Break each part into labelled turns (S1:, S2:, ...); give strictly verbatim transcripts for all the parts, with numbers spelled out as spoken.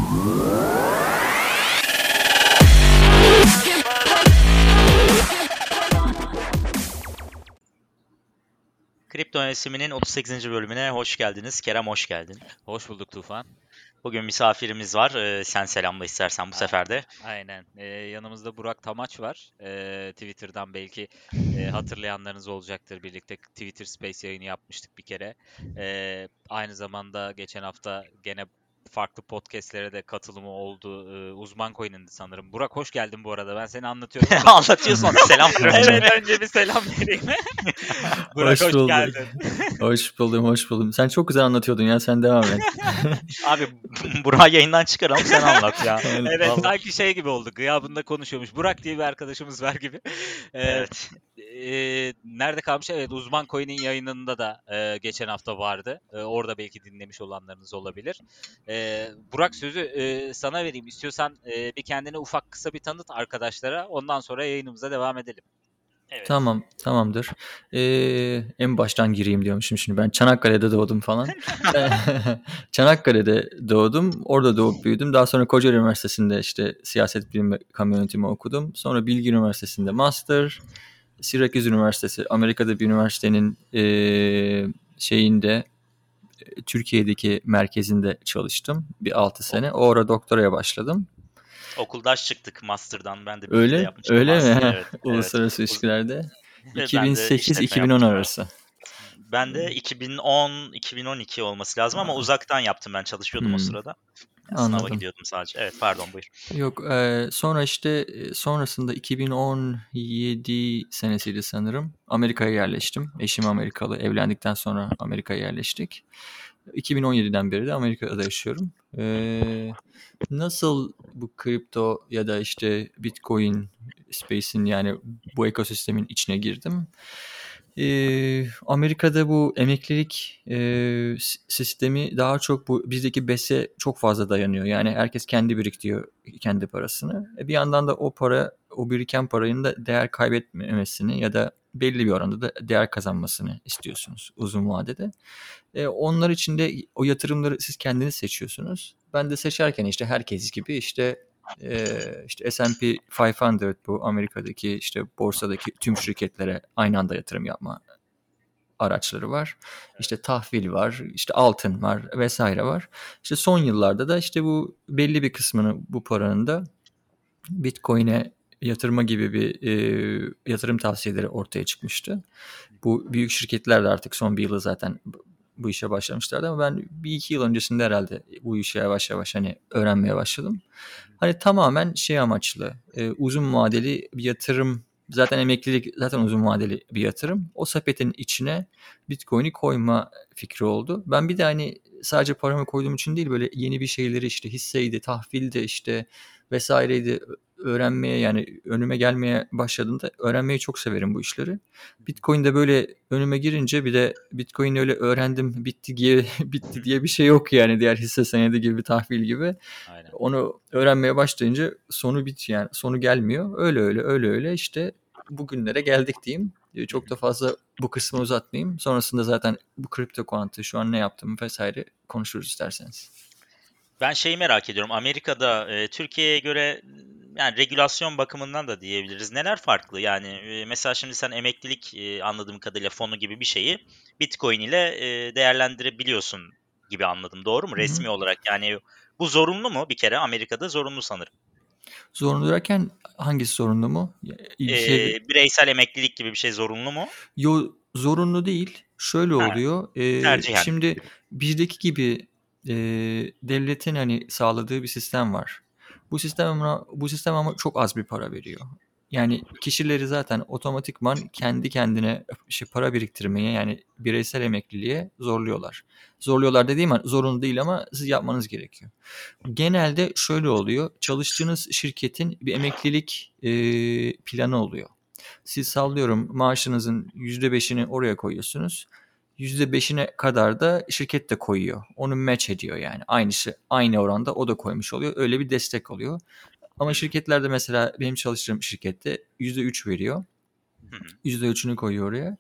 S1: Kripto Yönetimi'nin otuz sekizinci bölümüne hoş geldiniz. Kerem hoş geldin.
S2: Hoş bulduk Tufan.
S1: Bugün misafirimiz var. Ee, sen selamla istersen bu
S2: A-
S1: sefer de.
S2: Aynen. Ee, yanımızda Burak Tamaç var. Ee, Twitter'dan belki e, hatırlayanlarınız olacaktır. Birlikte Twitter Space yayını yapmıştık bir kere. Ee, aynı zamanda geçen hafta gene farklı podcastlere de katılımı oldu. Ee, Uzman Coin'indi sanırım. Burak hoş geldin bu arada. Ben seni anlatıyordum da.
S1: Anlatıyorsun onu. Selam ver önce.
S2: Evet, önce bir selam vereyim. Burak
S3: Hoş
S2: hoş
S3: bulduk.
S2: geldin.
S3: Hoş buldum, hoş buldum. Sen çok güzel anlatıyordun ya, sen devam et.
S1: Abi Burak'ı yayından çıkaralım sen anlat ya.
S3: Yani
S2: Evet,
S3: vallahi-
S2: sanki şey gibi oldu. Gıyabında konuşuyormuş. Burak diye bir arkadaşımız var gibi. Ee,
S1: Evet.
S2: e, nerede kalmış? Evet, Uzman Coin'in yayınında da e, geçen hafta vardı. E, orada belki dinlemiş olanlarınız olabilir. E, Burak, sözü e, sana vereyim. İstiyorsan e, bir kendini ufak kısa bir tanıt arkadaşlara. Ondan sonra yayınımıza devam edelim.
S1: Evet.
S3: Tamam, tamamdır. Ee, en baştan gireyim diyormuşum şimdi. Ben Çanakkale'de doğdum falan. Çanakkale'de doğdum. Orada doğup büyüdüm. Daha sonra Kocaeli Üniversitesi'nde işte siyaset bilimi ve kamu yönetimi okudum. Sonra Bilgi Üniversitesi'nde master. Syracuse Üniversitesi, Amerika'da bir üniversitenin ee, şeyinde Türkiye'deki merkezinde çalıştım. Bir altı sene. O ara doktoraya başladım.
S1: Okuldaş çıktık master'dan. Ben de Bilgi'de
S3: Öyle,
S1: yapmıştım
S3: öyle
S1: master.
S3: mi?
S1: Evet, evet.
S3: Uluslararası
S1: Uz-
S3: ilişkilerde.
S1: Ve ben de
S3: iki bin sekiz
S1: işletme
S3: iki bin on
S1: yaptım.
S3: arası.
S1: Ben de iki bin on iki bin on iki olması lazım ama uzaktan yaptım, ben çalışıyordum o
S3: Hmm,
S1: sırada. Sınava
S3: anladım.
S1: gidiyordum sadece. Evet, pardon, buyur.
S3: Yok, e, sonra işte e, sonrasında iki bin on yedi senesiydi sanırım. Amerika'ya yerleştim. Eşim Amerikalı. Evlendikten sonra Amerika'ya yerleştik. iki bin on yediden beri de Amerika'da yaşıyorum. E, nasıl bu kripto ya da işte Bitcoin space'in, yani bu ekosistemin içine girdim? Ee, Amerika'da bu emeklilik e, s- sistemi daha çok bu bizdeki BES'e çok fazla dayanıyor. Yani herkes kendi biriktiriyor kendi parasını. E, bir yandan da o para, o biriken paranın da değer kaybetmemesini ya da belli bir oranda da değer kazanmasını istiyorsunuz uzun vadede. E, onlar için de o yatırımları siz kendiniz seçiyorsunuz. Ben de seçerken işte herkes gibi işte e, işte S and P beş yüz, bu Amerika'daki işte borsadaki tüm şirketlere aynı anda yatırım yapma araçları var. İşte tahvil var, işte altın var vesaire var. İşte son yıllarda da işte bu belli bir kısmını, bu paranın da Bitcoin'e yatırma gibi bir e, yatırım tavsiyeleri ortaya çıkmıştı. Bu büyük şirketler de artık son bir yılı zaten bu işe başlamışlardı ama ben bir iki yıl öncesinde herhalde bu işe yavaş yavaş hani öğrenmeye başladım. Hani tamamen şey amaçlı, e, uzun vadeli bir yatırım. Zaten emeklilik zaten uzun vadeli bir yatırım. O sepetin içine Bitcoin'i koyma fikri oldu. Ben bir de hani sadece paramı koyduğum için değil, böyle yeni bir şeyleri işte hisseydi, tahvilde işte vesaireydi öğrenmeye, yani önüme gelmeye başladığında öğrenmeyi çok severim bu işleri. Bitcoin'de böyle önüme girince bir de Bitcoin öyle öğrendim bitti diye bitti diye bir şey yok yani, diğer hisse senedi gibi, tahvil gibi.
S2: Aynen.
S3: Onu öğrenmeye başlayınca sonu bit yani sonu gelmiyor. Öyle öyle öyle öyle işte bugünlere geldik diyeyim. Çok da fazla bu kısmı uzatmayayım. Sonrasında zaten bu kripto kuantı şu an ne yaptığımı vesaire konuşuruz isterseniz.
S1: Ben şeyi merak ediyorum. Amerika'da e, Türkiye'ye göre yani regülasyon bakımından da diyebiliriz. Neler farklı? Yani e, mesela şimdi sen emeklilik e, anladığım kadarıyla fonu gibi bir şeyi Bitcoin ile e, değerlendirebiliyorsun gibi anladım. Doğru mu?
S3: Hı hı.
S1: Resmi olarak yani bu zorunlu mu? Bir kere Amerika'da zorunlu sanırım.
S3: Zorunlu derken hangisi zorunlu mu?
S1: E,
S3: Şey,
S1: bireysel emeklilik gibi bir şey zorunlu mu?
S3: yo, zorunlu değil. Şöyle
S1: Ha,
S3: oluyor. E,
S1: tercihen.
S3: şimdi bizdeki gibi e, devletin hani sağladığı bir sistem var. Bu sistem ama, bu sistem ama çok az bir para veriyor. Yani kişileri zaten otomatikman kendi kendine şey para biriktirmeye, yani bireysel emekliliğe zorluyorlar. Zorluyorlar dediğim an zorunlu değil ama siz yapmanız gerekiyor. Genelde şöyle oluyor. Çalıştığınız şirketin bir emeklilik e, planı oluyor. Siz sallıyorum maaşınızın yüzde beşini oraya koyuyorsunuz. yüzde beşine kadar da şirket de koyuyor. Onu match ediyor yani. Aynısı, aynı oranda o da koymuş oluyor. Öyle bir destek oluyor. Ama şirketlerde mesela benim çalıştığım şirkette yüzde üç veriyor.
S1: Hı hı.
S3: yüzde üçünü koyuyor oraya.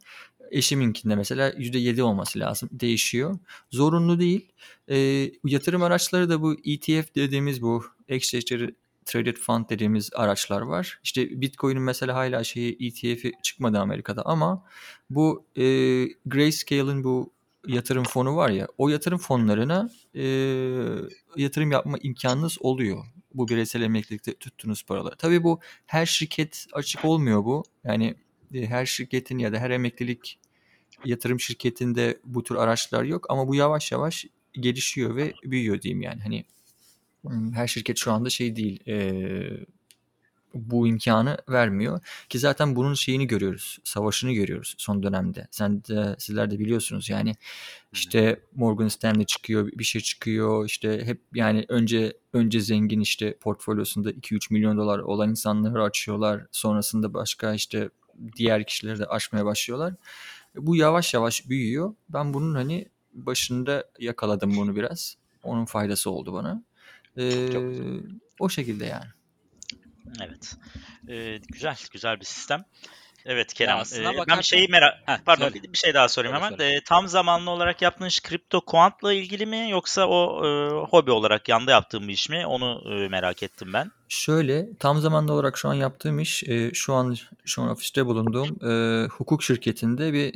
S3: Eşiminkinde mesela yüzde yedi olması lazım. Değişiyor. Zorunlu değil. E, yatırım araçları da bu E T F dediğimiz, bu Exchange Traded Fund dediğimiz araçlar var. İşte Bitcoin'in mesela hala şeyi E T F'i çıkmadı Amerika'da ama bu e, Grayscale'ın bu yatırım fonu var ya, o yatırım fonlarına e, yatırım yapma imkanınız oluyor. Bu bireysel emeklilikte tuttuğunuz paralar. Tabii bu her şirket açık olmuyor bu. Yani e, her şirketin ya da her emeklilik yatırım şirketinde bu tür araçlar yok ama bu yavaş yavaş gelişiyor ve büyüyor diyeyim yani. Hani her şirket şu anda şey değil, e, bu imkanı vermiyor ki zaten bunun şeyini görüyoruz, savaşını görüyoruz son dönemde. Sen de, sizler de biliyorsunuz yani, işte Morgan Stanley çıkıyor, bir şey çıkıyor, işte hep yani önce önce zengin, işte portfolyosunda iki üç milyon dolar olan insanları açıyorlar, sonrasında başka işte diğer kişileri de açmaya başlıyorlar. Bu yavaş yavaş büyüyor. Ben bunun hani başında yakaladım bunu biraz. Onun faydası oldu bana. Ee,
S1: Çok
S3: o şekilde yani.
S1: Evet. Ee, güzel, güzel bir sistem. Evet
S2: Ya
S1: Kerem,
S2: aslına
S1: e, ben bir şeyi
S2: bakarsan,
S1: merak...
S2: heh,
S1: Pardon,
S2: söyle,
S1: bir, bir şey daha sorayım
S2: söyle,
S1: hemen.
S2: söyle.
S1: E, tam zamanlı olarak yaptığın iş kripto kuantla ilgili mi yoksa o e, hobi olarak yanda yaptığın bir iş mi? Onu e, merak ettim ben.
S3: Şöyle, tam zamanlı olarak şu an yaptığım iş, e, şu an şu an ofiste bulunduğum e, hukuk şirketinde bir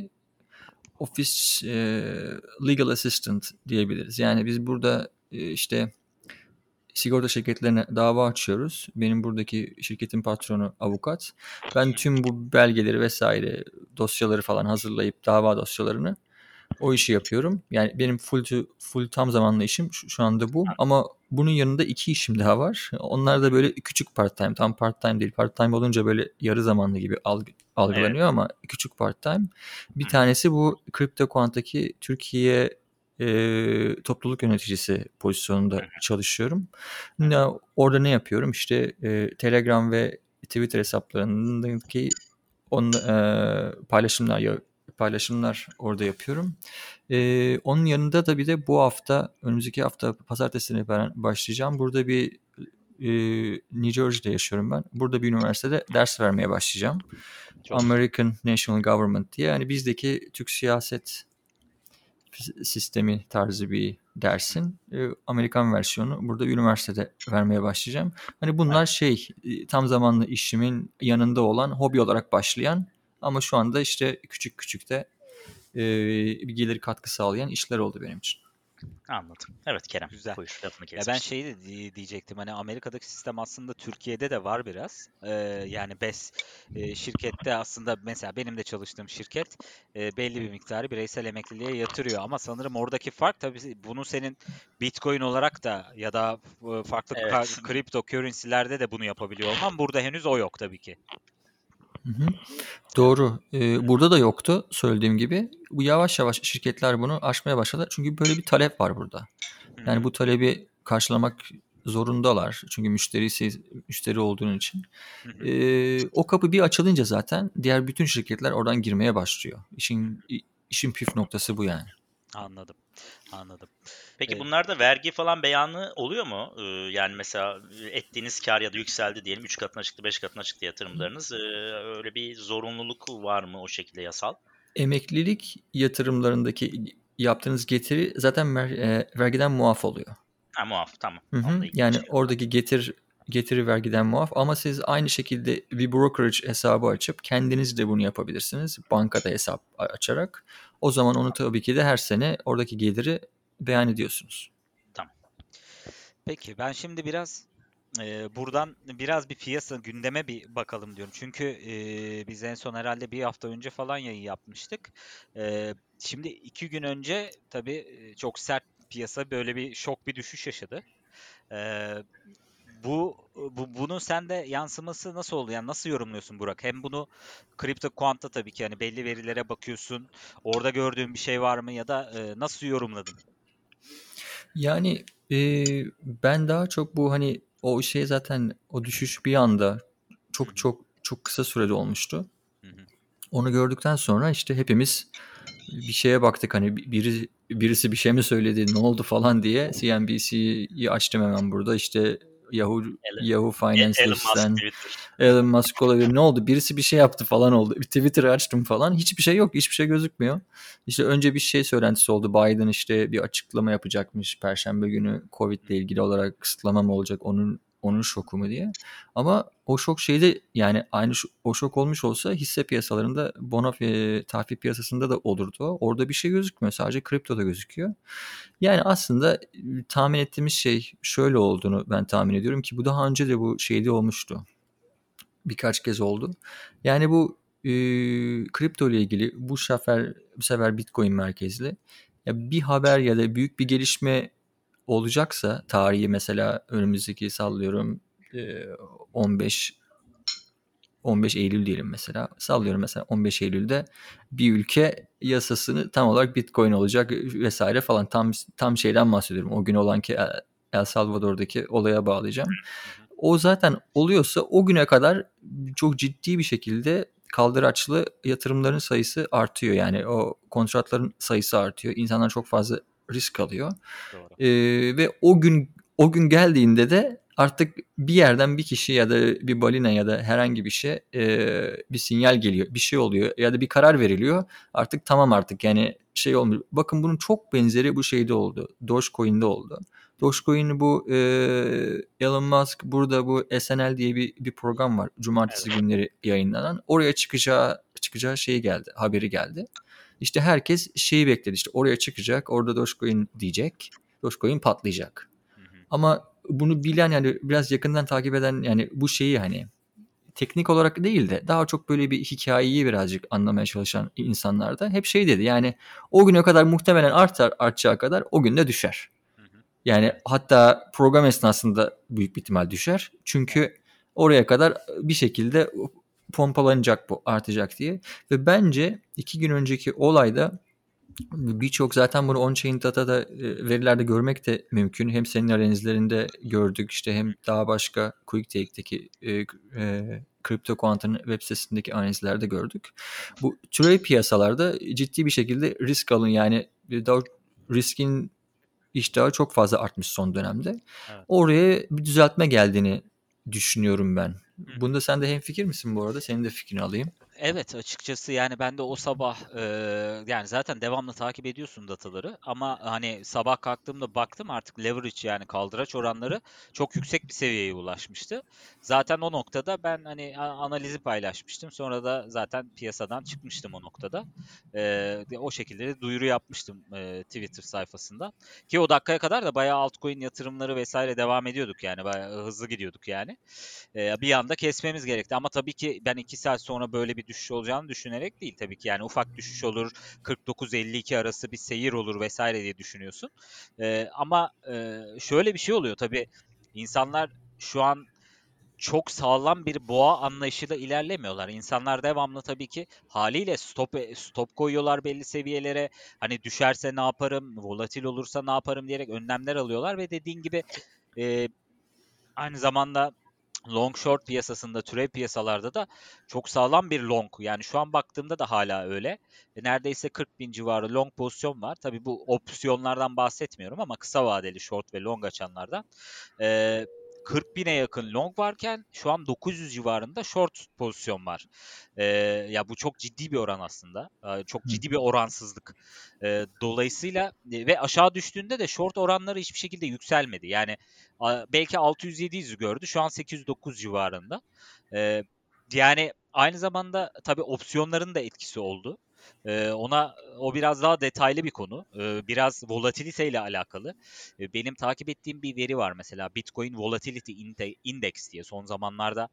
S3: ofis e, legal assistant diyebiliriz. Yani biz burada e, işte sigorta şirketlerine dava açıyoruz. Benim buradaki şirketin patronu avukat. Ben tüm bu belgeleri vesaire, dosyaları falan hazırlayıp dava dosyalarını, o işi yapıyorum. Yani benim full to, full tam zamanlı işim şu, şu anda bu. Ama bunun yanında iki işim daha var. Onlar da böyle küçük part time. Tam part time değil. Part time olunca böyle yarı zamanlı gibi algı,
S1: Evet.
S3: algılanıyor ama küçük part time. Bir tanesi bu CryptoQuant'taki Türkiye e, topluluk yöneticisi pozisyonunda çalışıyorum. Ne, orada ne yapıyorum? İşte e, Telegram ve Twitter hesaplarındaki on, e, paylaşımlar paylaşımlar orada yapıyorum. Ee, onun yanında da bir de bu hafta, önümüzdeki hafta pazartesine ben başlayacağım. Burada bir e, New Jersey'de yaşıyorum ben. Burada bir üniversitede ders vermeye başlayacağım.
S1: Çok
S3: American National Government diye. Yani bizdeki Türk siyaset sistemi tarzı bir dersin e, Amerikan versiyonu burada bir üniversitede vermeye başlayacağım. Hani bunlar şey, e, tam zamanlı işimin yanında olan, hobi olarak başlayan ama şu anda işte küçük küçük de e, bir gelir katkı sağlayan işler oldu benim için.
S1: Anladım. Evet Kerem,
S2: Güzel.
S1: buyur, lafını
S2: Ya ben
S1: kesmiştim.
S2: şeyi de di- diyecektim, hani Amerika'daki sistem aslında Türkiye'de de var biraz. Ee, yani B E S e, şirkette aslında, mesela benim de çalıştığım şirket e, belli bir miktarı bireysel emekliliğe yatırıyor. Ama sanırım oradaki fark, tabii bunu senin Bitcoin olarak da ya da e, farklı
S1: Evet.
S2: kripto currency'lerde de bunu yapabiliyor olman, burada henüz o yok tabii ki.
S3: Hı hı. Doğru. Ee, burada da yoktu söylediğim gibi. Bu yavaş yavaş şirketler bunu aşmaya başladı. Çünkü böyle bir talep var burada. Yani bu talebi karşılamak zorundalar. Çünkü müşterisi, müşteri olduğun için. Ee, o kapı bir açılınca zaten diğer bütün şirketler oradan girmeye başlıyor. İşin işin püf noktası bu yani.
S2: Anladım. Anladım.
S1: Peki
S2: Ee,
S1: bunlarda vergi falan beyanı oluyor mu? Ee, yani mesela ettiğiniz kar ya da yükseldi diyelim, üç katına çıktı, beş katına çıktı yatırımlarınız. Ee, öyle bir zorunluluk var mı o şekilde yasal?
S3: Emeklilik yatırımlarındaki yaptığınız getiri zaten ver, e, vergiden muaf oluyor.
S1: Ha, muaf, tamam.
S3: Hı hı.
S1: Onunla ilgili
S3: Yani
S1: şey yok.
S3: oradaki getir getiri vergiden muaf ama siz aynı şekilde bir brokerage hesabı açıp kendiniz de bunu yapabilirsiniz. Bankada hesap açarak. O zaman onu tabii ki de her sene oradaki geliri beyan ediyorsunuz.
S1: Tamam.
S2: Peki ben şimdi biraz e, buradan biraz bir piyasa gündeme bir bakalım diyorum. Çünkü e, biz en son herhalde bir hafta önce falan yayın yapmıştık. E, şimdi iki gün önce tabii e, çok sert piyasa böyle bir şok, bir düşüş yaşadı. E, bu, bu bunun sende yansıması nasıl oldu? Yani nasıl yorumluyorsun Burak? Hem bunu kripto kuantta tabii ki hani belli verilere bakıyorsun. Orada gördüğün bir şey var mı ya da e, nasıl yorumladın?
S3: Yani e, ben daha çok bu hani o şey, zaten o düşüş bir anda
S2: Hı hı,
S3: çok çok çok kısa sürede olmuştu.
S2: hı hı.
S3: Onu gördükten sonra işte hepimiz bir şeye baktık, hani biri birisi bir şey mi söyledi, ne oldu falan diye. C N B C'yi açtım hemen burada, işte Yahoo
S1: Elon,
S3: Yahoo
S1: E-
S3: Finance
S1: Elon Musk
S3: List'ten
S1: Twitter.
S3: Elon Musk olabilir. Ne oldu? Birisi bir şey yaptı falan oldu. Bir Twitter'ı açtım falan. Hiçbir şey yok. Hiçbir şey gözükmüyor. İşte önce bir şey söylentisi oldu. Biden işte bir açıklama yapacakmış Perşembe günü Covid ile ilgili olarak kısıtlama mı olacak? Onun onun şoku mu diye. Ama o şok şeyde yani aynı şu, o şok olmuş olsa hisse piyasalarında bono e, tahvil piyasasında da olurdu o. Orada bir şey gözükmüyor. Sadece kriptoda gözüküyor. Yani aslında e, tahmin ettiğimiz şey şöyle olduğunu ben tahmin ediyorum ki bu daha önce de bu şeyde olmuştu. Birkaç kez oldu. Yani bu e, kripto ile ilgili bu sefer bu sefer Bitcoin merkezli ya bir haber ya da büyük bir gelişme olacaksa tarihi mesela önümüzdeki sallıyorum e, on beş on beş Eylül diyelim mesela. Sallıyorum mesela on beş Eylül'de bir ülke yasasını tam olarak Bitcoin olacak vesaire falan tam tam şeyden bahsediyorum. O gün olan ki El El Salvador'daki olaya bağlayacağım.
S2: Hı hı.
S3: O zaten oluyorsa o güne kadar çok ciddi bir şekilde kaldıraçlı yatırımların sayısı artıyor. Yani o kontratların sayısı artıyor. İnsanlar çok fazla risk alıyor.
S2: Doğru.
S3: Ee, ve o gün o gün geldiğinde de artık bir yerden bir kişi ya da bir balina ya da herhangi bir şey e, bir sinyal geliyor. Bir şey oluyor ya da bir karar veriliyor. Artık tamam artık yani şey olmuyor. Bakın bunun çok benzeri bu şeyde oldu. Dogecoin'de oldu. Dogecoin'i bu e, Elon Musk burada bu S N L diye bir, bir program var. Cumartesi
S1: Evet.
S3: günleri yayınlanan. Oraya çıkacağı çıkacağı şey geldi. Haberi geldi. İşte herkes şeyi bekledi. İşte oraya çıkacak. Orada Dogecoin diyecek. Dogecoin patlayacak.
S2: Hı hı.
S3: Ama bunu bilen yani biraz yakından takip eden yani bu şeyi hani teknik olarak değil de daha çok böyle bir hikayeyi birazcık anlamaya çalışan insanlar da hep şey dedi. Yani o güne kadar muhtemelen artar artacağı kadar o gün de düşer.
S2: Hı hı.
S3: Yani hatta program esnasında büyük bir ihtimal düşer. Çünkü oraya kadar bir şekilde pompalanacak bu artacak diye. Ve bence iki gün önceki olayda birçok zaten bunu on-chain data'da e, verilerde görmek de mümkün. Hem senin analizlerinde gördük işte hem daha başka QuickTake'deki e, e, Crypto Quant'ın web sitesindeki analizlerde gördük. Bu türev piyasalarda ciddi bir şekilde risk alın yani daha riskin iştahı çok fazla artmış son dönemde.
S2: Evet.
S3: Oraya bir düzeltme geldiğini düşünüyorum ben.
S2: Hı hı.
S3: Bunda sen de hemfikir misin bu arada? Senin de fikrini alayım.
S2: Evet, açıkçası yani ben de o sabah eee, yani zaten devamlı takip ediyorsun dataları ama hani sabah kalktığımda baktım artık leverage yani kaldıraç oranları çok yüksek bir seviyeye ulaşmıştı. Zaten o noktada ben hani a- analizi paylaşmıştım. Sonra da zaten piyasadan çıkmıştım o noktada. Eee, de o şekilde de duyuru yapmıştım eee, Twitter sayfasında. Ki o dakikaya kadar da bayağı altcoin yatırımları vesaire devam ediyorduk yani bayağı hızlı gidiyorduk yani. Eee, bir anda kesmemiz gerekti ama tabii ki ben iki saat sonra böyle bir düşüş olacağını düşünerek değil tabii ki. Yani ufak düşüş olur, kırk dokuz elli iki arası bir seyir olur vesaire diye düşünüyorsun. Eee, ama eee, şöyle bir şey oluyor tabii. İnsanlar şu an çok sağlam bir boğa anlayışıyla ilerlemiyorlar. İnsanlar devamlı tabii ki haliyle stop stop koyuyorlar belli seviyelere. Hani düşerse ne yaparım, volatil olursa ne yaparım diyerek önlemler alıyorlar ve dediğin gibi eee, aynı zamanda long short piyasasında, türev piyasalarda da çok sağlam bir long. Yani şu an baktığımda da hala öyle. E, neredeyse kırk bin civarı long pozisyon var. Tabii bu opsiyonlardan bahsetmiyorum ama kısa vadeli short ve long açanlardan. E, kırk bine yakın long varken şu an dokuz yüz civarında short pozisyon var. E, ya bu çok ciddi bir oran aslında. E, çok ciddi bir oransızlık. E, dolayısıyla e, ve aşağı düştüğünde de short oranları hiçbir şekilde yükselmedi. Yani a, belki altı yüz yedi yüzü gördü. Şu an sekiz yüz dokuz civarında. E, yani aynı zamanda tabii opsiyonların da etkisi oldu. E, ona o biraz daha detaylı bir konu. E, biraz volatiliteyle alakalı. E, benim takip ettiğim bir veri var mesela Bitcoin Volatility Inde- Index diye son zamanlarda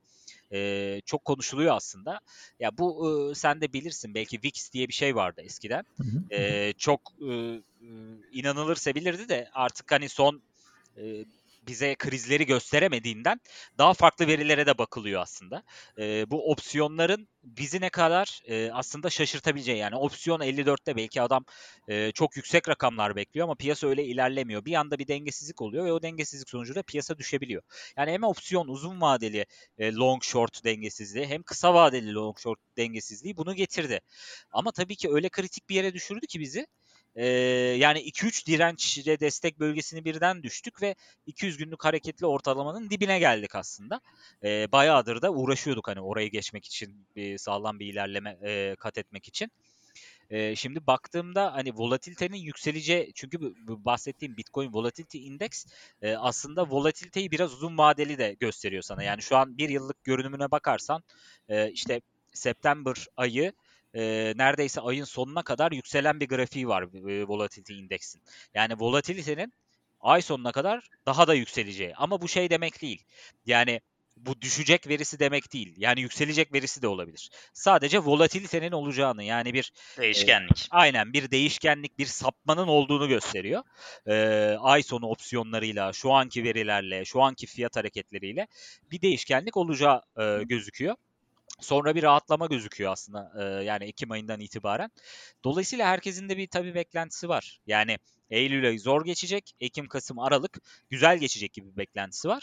S2: e, çok konuşuluyor aslında. Ya bu e, sen de bilirsin belki V I X diye bir şey vardı eskiden.
S3: Hı hı.
S2: E, çok e, e, inanılır sevilirdi de artık hani son e, bize krizleri gösteremediğinden daha farklı verilere de bakılıyor aslında. E, bu opsiyonların bizi ne kadar e, aslında şaşırtabileceği yani opsiyon elli dörtte belki adam e, çok yüksek rakamlar bekliyor ama piyasa öyle ilerlemiyor. Bir anda bir dengesizlik oluyor ve o dengesizlik sonucunda piyasa düşebiliyor. Yani hem opsiyon uzun vadeli e, long short dengesizliği hem kısa vadeli long short dengesizliği bunu getirdi. Ama tabii ki öyle kritik bir yere düşürdü ki bizi Ee, yani iki üç dirençle destek bölgesini birden düştük ve iki yüz günlük hareketli ortalamanın dibine geldik aslında. Ee, bayağıdır da uğraşıyorduk hani orayı geçmek için, bir sağlam bir ilerleme e, kat etmek için. Ee, şimdi baktığımda hani volatilitenin yükseleceği, çünkü bu, bu bahsettiğim Bitcoin Volatility Index e, aslında volatiliteyi biraz uzun vadeli de gösteriyor sana. Yani şu an bir yıllık görünümüne bakarsan e, işte September ayı e, neredeyse ayın sonuna kadar yükselen bir grafiği var e, Volatility Index'in. Yani volatilitenin ay sonuna kadar daha da yükseleceği. Ama bu şey demek değil. Yani bu düşecek verisi demek değil. Yani yükselecek verisi de olabilir. Sadece volatilitenin olacağını, yani bir e,
S1: Değişkenlik.
S2: aynen bir değişkenlik, bir sapmanın olduğunu gösteriyor. E, ay sonu opsiyonlarıyla, şu anki verilerle, şu anki fiyat hareketleriyle bir değişkenlik olacağı e, gözüküyor. Sonra bir rahatlama gözüküyor aslında e, yani Ekim ayından itibaren. Dolayısıyla herkesin de bir tabii beklentisi var. Yani Eylül ayı zor geçecek, Ekim, Kasım, Aralık güzel geçecek gibi bir beklentisi var.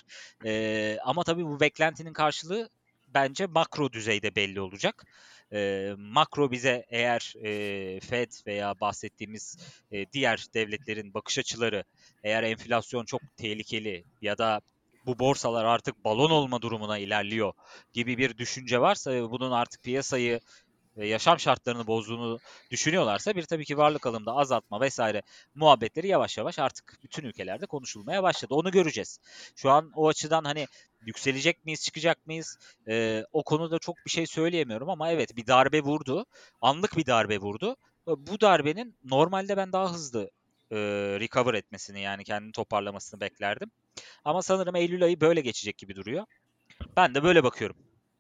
S2: E, ama tabii bu beklentinin karşılığı bence makro düzeyde belli olacak. E, makro bize eğer e, Fed veya bahsettiğimiz e, diğer devletlerin bakış açıları, eğer enflasyon çok tehlikeli ya da bu borsalar artık balon olma durumuna ilerliyor gibi bir düşünce varsa ve bunun artık piyasayı ve yaşam şartlarını bozduğunu düşünüyorlarsa, bir tabii ki varlık alımda azaltma vesaire muhabbetleri yavaş yavaş artık bütün ülkelerde konuşulmaya başladı. Onu göreceğiz. Şu an o açıdan hani yükselecek miyiz, çıkacak mıyız? Ee, o konuda çok bir şey söyleyemiyorum ama evet, bir darbe vurdu. Anlık bir darbe vurdu. Bu darbenin normalde ben daha hızlı e, recover etmesini, yani kendini toparlamasını beklerdim. Ama sanırım Eylül ayı böyle geçecek gibi duruyor. Ben de böyle bakıyorum.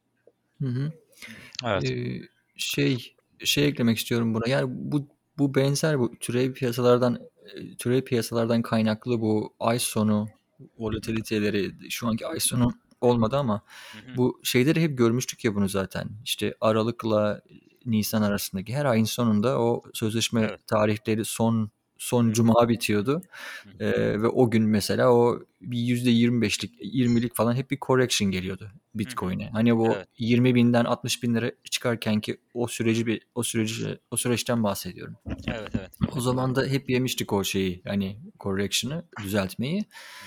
S3: Hı hı.
S1: Evet.
S3: Ee, şey şey eklemek istiyorum buna. Yani bu bu benzer bu türev piyasalardan e, türev piyasalardan kaynaklı bu ay sonu volatiliteleri, şu anki ay sonu olmadı ama
S2: Hı hı.
S3: bu şeyleri hep görmüştük ya bunu zaten. İşte Aralık'la Nisan arasındaki her ayın sonunda o sözleşme
S2: Evet.
S3: tarihleri son son cuma bitiyordu.
S2: Hı hı.
S3: Ee, ve o gün mesela o bir yüzde yirmi beşlik yirmilik falan hep bir correction geliyordu Bitcoin'e. Hani bu
S2: Evet.
S3: yirmi binden altmış bin lira çıkarken ki o süreci bir o süreci o süreçten bahsediyorum.
S2: Evet, evet.
S3: O zaman da hep yemiştik o şeyi, hani correction'ı, düzeltmeyi.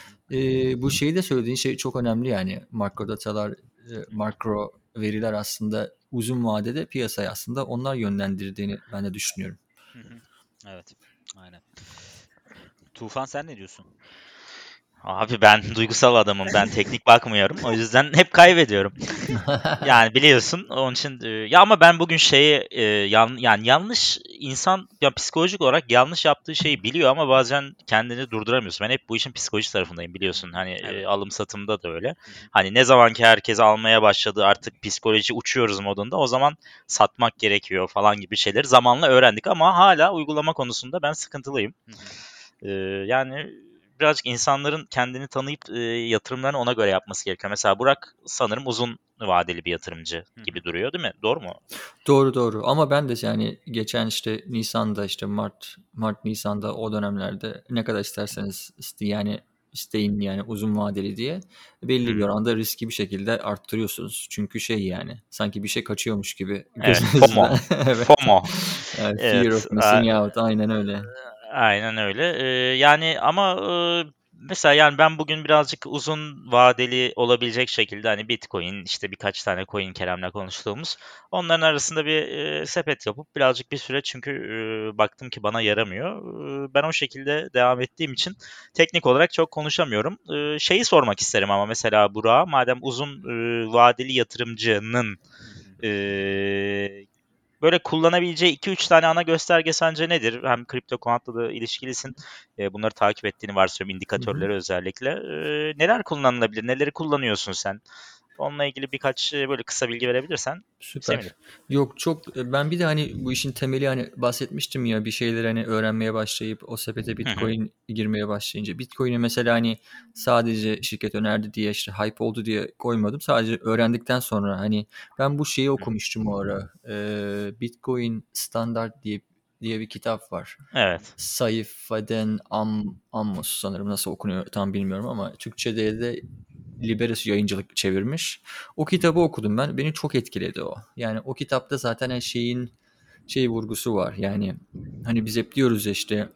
S3: Ee, bu şeyi de söylediğin şey çok önemli, yani makro datalar, e, makro veriler aslında uzun vadede piyasayı aslında onlar yönlendirdiğini ben de düşünüyorum.
S2: Hı hı. Evet. Aynen. Tufan, sen ne diyorsun?
S1: Abi ben duygusal adamım. Ben teknik bakmıyorum. O yüzden hep kaybediyorum. Yani biliyorsun onun için e, ya ama ben bugün şeyi e, yan, yani yanlış insan ya psikolojik olarak yanlış yaptığı şeyi biliyor ama bazen kendini durduramıyorsun. Ben hep bu işin psikolojik tarafındayım biliyorsun. Hani e,
S2: Evet.
S1: alım satımda da öyle.
S2: Hı hı.
S1: Hani ne zaman ki herkes almaya başladı artık psikoloji uçuyoruz modunda o zaman satmak gerekiyor falan gibi şeyleri zamanla öğrendik ama hala uygulama konusunda ben sıkıntılıyım.
S2: Hı hı.
S1: Ee, yani birazcık insanların kendini tanıyıp e, yatırımlarını ona göre yapması gerekiyor. Mesela Burak sanırım uzun vadeli bir yatırımcı
S2: Hı hı.
S1: gibi duruyor, değil mi? Doğru mu?
S3: Doğru doğru, ama ben de yani geçen işte Nisan'da, işte Mart Mart Nisan'da, o dönemlerde ne kadar isterseniz iste, yani isteyin yani uzun vadeli diye belli bir
S1: Hı.
S3: oranda riski bir şekilde arttırıyorsunuz. Çünkü şey, yani sanki bir şey kaçıyormuş gibi
S1: Evet, FOMO.
S3: gözünüzden. Evet.
S1: FOMO.
S3: Yani fear
S1: Evet,
S3: of
S1: a-
S3: missing out, aynen öyle.
S1: aynen öyle. Ee, yani ama e, mesela yani ben bugün birazcık uzun vadeli olabilecek şekilde hani Bitcoin işte birkaç tane coin Kerem'le konuştuğumuz onların arasında bir e, sepet yapıp birazcık bir süre çünkü e, baktım ki bana yaramıyor. E, ben o şekilde devam ettiğim için teknik olarak çok konuşamıyorum. E, şeyi sormak isterim ama mesela Burak'a madem uzun e, vadeli yatırımcının
S2: Hı hı.
S1: e, böyle kullanabileceği iki üç tane ana gösterge sence nedir? Hem kripto kontla da ilişkilisin. E, bunları takip ettiğini varsayıyorum,
S3: Hı hı.
S1: indikatörleri özellikle. E, neler kullanılabilir? Neleri kullanıyorsun sen? Onunla ilgili birkaç e, böyle kısa bilgi verebilirsen sevinirim.
S3: Süper. Yok, çok ben bir de hani bu işin temeli, hani bahsetmiştim ya, bir şeyleri hani öğrenmeye başlayıp o sepete
S1: Hı hı.
S3: Bitcoin girmeye başlayınca, Bitcoin'i mesela hani sadece şirket önerdi diye, işte hype oldu diye koymadım. Sadece öğrendikten sonra, hani ben bu şeyi
S1: Hı.
S3: okumuştum o ara. Ee, Bitcoin Standard diye diye bir kitap var.
S1: Evet.
S3: Saifeden Am Ammos, sanırım nasıl okunuyor tam bilmiyorum ama Türkçe'de de Liberis Yayıncılık çevirmiş. O kitabı okudum ben. Beni çok etkiledi o. Yani o kitapta zaten her şeyin şey vurgusu var. Yani hani biz hep diyoruz ya işte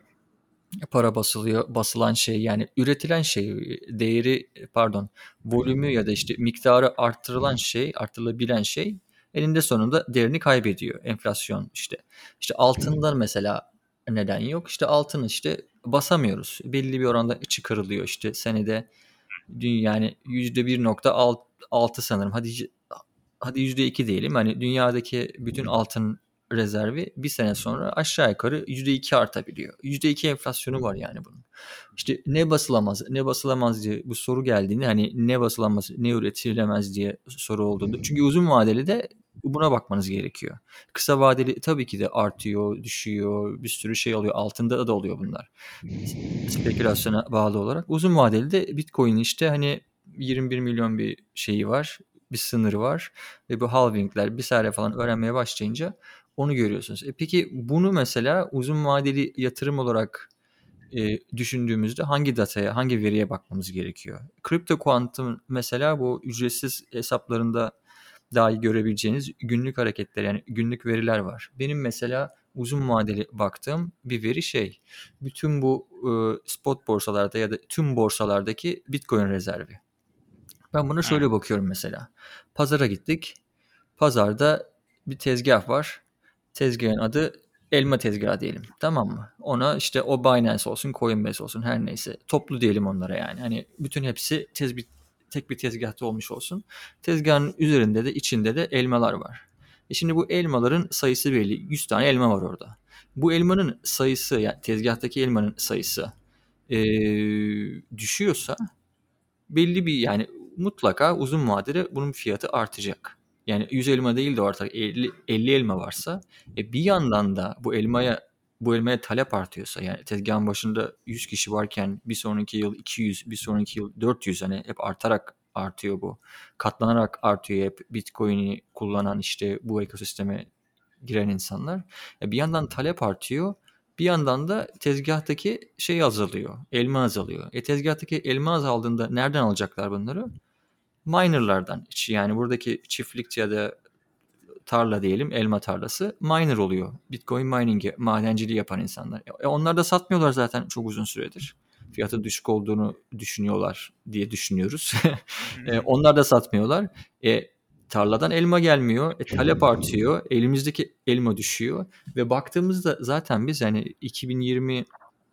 S3: para basılıyor, basılan şey yani üretilen şey, değeri pardon, volümü ya da işte miktarı arttırılan şey, artırılabilen şey eninde sonunda değerini kaybediyor. Enflasyon işte. İşte altından mesela neden yok? İşte altın işte basamıyoruz. Belli bir oranda çıkarılıyor işte senede yani yüzde bir nokta altı sanırım. Hadi hadi yüzde iki diyelim. Hani dünyadaki bütün altın rezervi bir sene sonra aşağı yukarı yüzde iki artabiliyor. yüzde iki enflasyonu var yani bunun. İşte ne basılamaz, ne basılamaz diye bu soru geldiğinde hani ne basılamaz, ne üretilemez diye soru olduğunda. Çünkü uzun vadeli de buna bakmanız gerekiyor. Kısa vadeli tabii ki de artıyor, düşüyor, bir sürü şey oluyor. Altında da oluyor bunlar. Spekülasyona bağlı olarak. Uzun vadeli de Bitcoin işte hani yirmi bir milyon bir şeyi var. Bir sınırı var. Ve bu halvingler vesaire falan öğrenmeye başlayınca onu görüyorsunuz. E peki bunu mesela uzun vadeli yatırım olarak e, düşündüğümüzde hangi dataya, hangi veriye bakmamız gerekiyor? Crypto Quantum mesela bu ücretsiz hesaplarında dahi görebileceğiniz günlük hareketler yani günlük veriler var. Benim mesela uzun vadeli baktığım bir veri şey. Bütün bu e, spot borsalarda ya da tüm borsalardaki Bitcoin rezervi. Ben buna şöyle bakıyorum mesela. Pazara gittik. Pazarda bir tezgah var. Tezgahın adı elma tezgahı diyelim. Tamam mı? Ona işte o Binance olsun, Coinbase olsun her neyse. Toplu diyelim onlara yani. Hani bütün hepsi tez bir, tek bir tezgahta olmuş olsun. Tezgahın üzerinde de içinde de elmalar var. E şimdi bu elmaların sayısı belli. yüz tane elma var orada. Bu elmanın sayısı yani tezgahtaki elmanın sayısı ee, düşüyorsa belli bir yani mutlaka uzun vadede bunun fiyatı artacak. Yani yüz elma değil de artık elli, elli elma varsa e bir yandan da bu elmaya bu elmaya talep artıyorsa yani tezgahın başında yüz kişi varken bir sonraki yıl iki yüz, bir sonraki yıl dört yüz hani hep artarak artıyor bu. Katlanarak artıyor hep Bitcoin'i kullanan işte bu ekosisteme giren insanlar. E bir yandan talep artıyor. Bir yandan da tezgahtaki şey azalıyor. Elma azalıyor. E tezgahtaki elma azaldığında nereden alacaklar bunları? Minerlardan. Yani buradaki çiftlikçi ya da tarla diyelim elma tarlası miner oluyor. Bitcoin mining'i madenciliği yapan insanlar. E onlar da satmıyorlar zaten çok uzun süredir. Fiyatın düşük olduğunu düşünüyorlar diye düşünüyoruz. e, onlar da satmıyorlar. E, tarladan elma gelmiyor. E, talep artıyor. Elimizdeki elma düşüyor. Ve baktığımızda zaten biz yani iki bin yirmi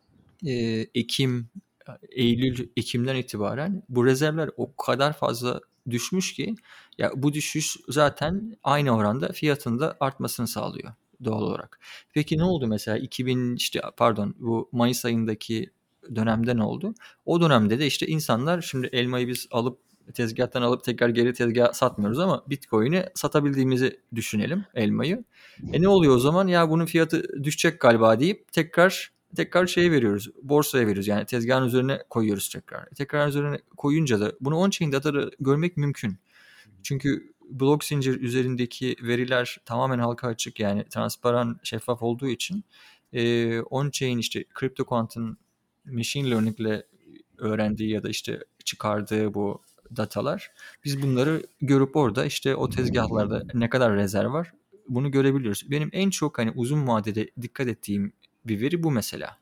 S3: e, Ekim, Eylül, Ekim'den itibaren bu rezervler o kadar fazla düşmüş ki ya bu düşüş zaten aynı oranda fiyatında artmasını sağlıyor doğal olarak. Peki ne oldu mesela iki bin işte pardon bu Mayıs ayındaki dönemde ne oldu? O dönemde de işte insanlar şimdi elmayı biz alıp tezgahtan alıp tekrar geri tezgaha satmıyoruz ama Bitcoin'i satabildiğimizi düşünelim elmayı. E ne oluyor o zaman? Ya bunun fiyatı düşecek galiba deyip tekrar tekrar şeye veriyoruz. Borsaya veriyoruz. Yani tezgahın üzerine koyuyoruz tekrar. Tekrar üzerine koyunca da bunu on-chain datada görmek mümkün. Çünkü blok zincir üzerindeki veriler tamamen halka açık yani transparan, şeffaf olduğu için e, on-chain işte CryptoQuant'ın machine learning ile öğrendiği ya da işte çıkardığı bu datalar biz bunları görüp orada işte o tezgahlarda ne kadar rezerv var bunu görebiliyoruz. Benim en çok hani uzun vadede dikkat ettiğim bir veri bu mesela.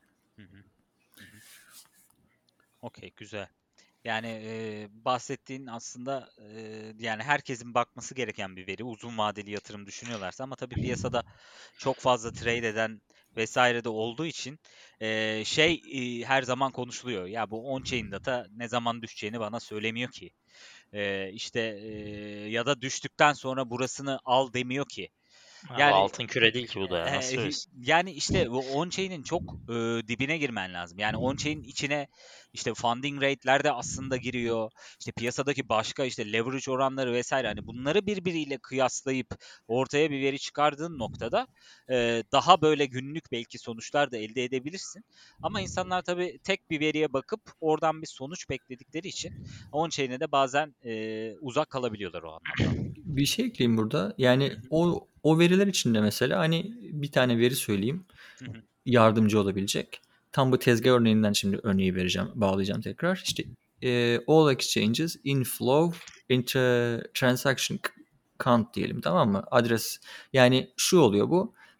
S2: Okey, güzel. Yani e, bahsettiğin aslında e, yani herkesin bakması gereken bir veri. Uzun vadeli yatırım düşünüyorlarsa ama tabii piyasada çok fazla trade eden vesaire de olduğu için e, şey e, her zaman konuşuluyor. Ya bu on-chain data ne zaman düşeceğini bana söylemiyor ki. E, işte e, ya da düştükten sonra burasını al demiyor ki.
S1: Abi
S2: Yani
S1: altın küre değil ki bu da ya. Nasıl
S2: e,
S1: söylesin?
S2: yani işte bu on-chain'in çok e, dibine girmen lazım. Yani on-chain'in içine işte funding rate'ler de aslında giriyor. İşte piyasadaki başka işte leverage oranları vesaire hani bunları birbiriyle kıyaslayıp ortaya bir veri çıkardığın noktada e, daha böyle günlük belki sonuçlar da elde edebilirsin. Ama insanlar tabii tek bir veriye bakıp oradan bir sonuç bekledikleri için on-chain'e de bazen e, uzak kalabiliyorlar o anlamda.
S3: Bir şey ekleyeyim burada. Yani o o veriler içinde mesela hani bir tane veri söyleyeyim. Yardımcı olabilecek. Tam bu tezgah örneğinden şimdi örneği vereceğim, bağlayacağım tekrar. İşte e, all exchanges inflow into transaction count diyelim tamam mı? Adres yani şu oluyor bu.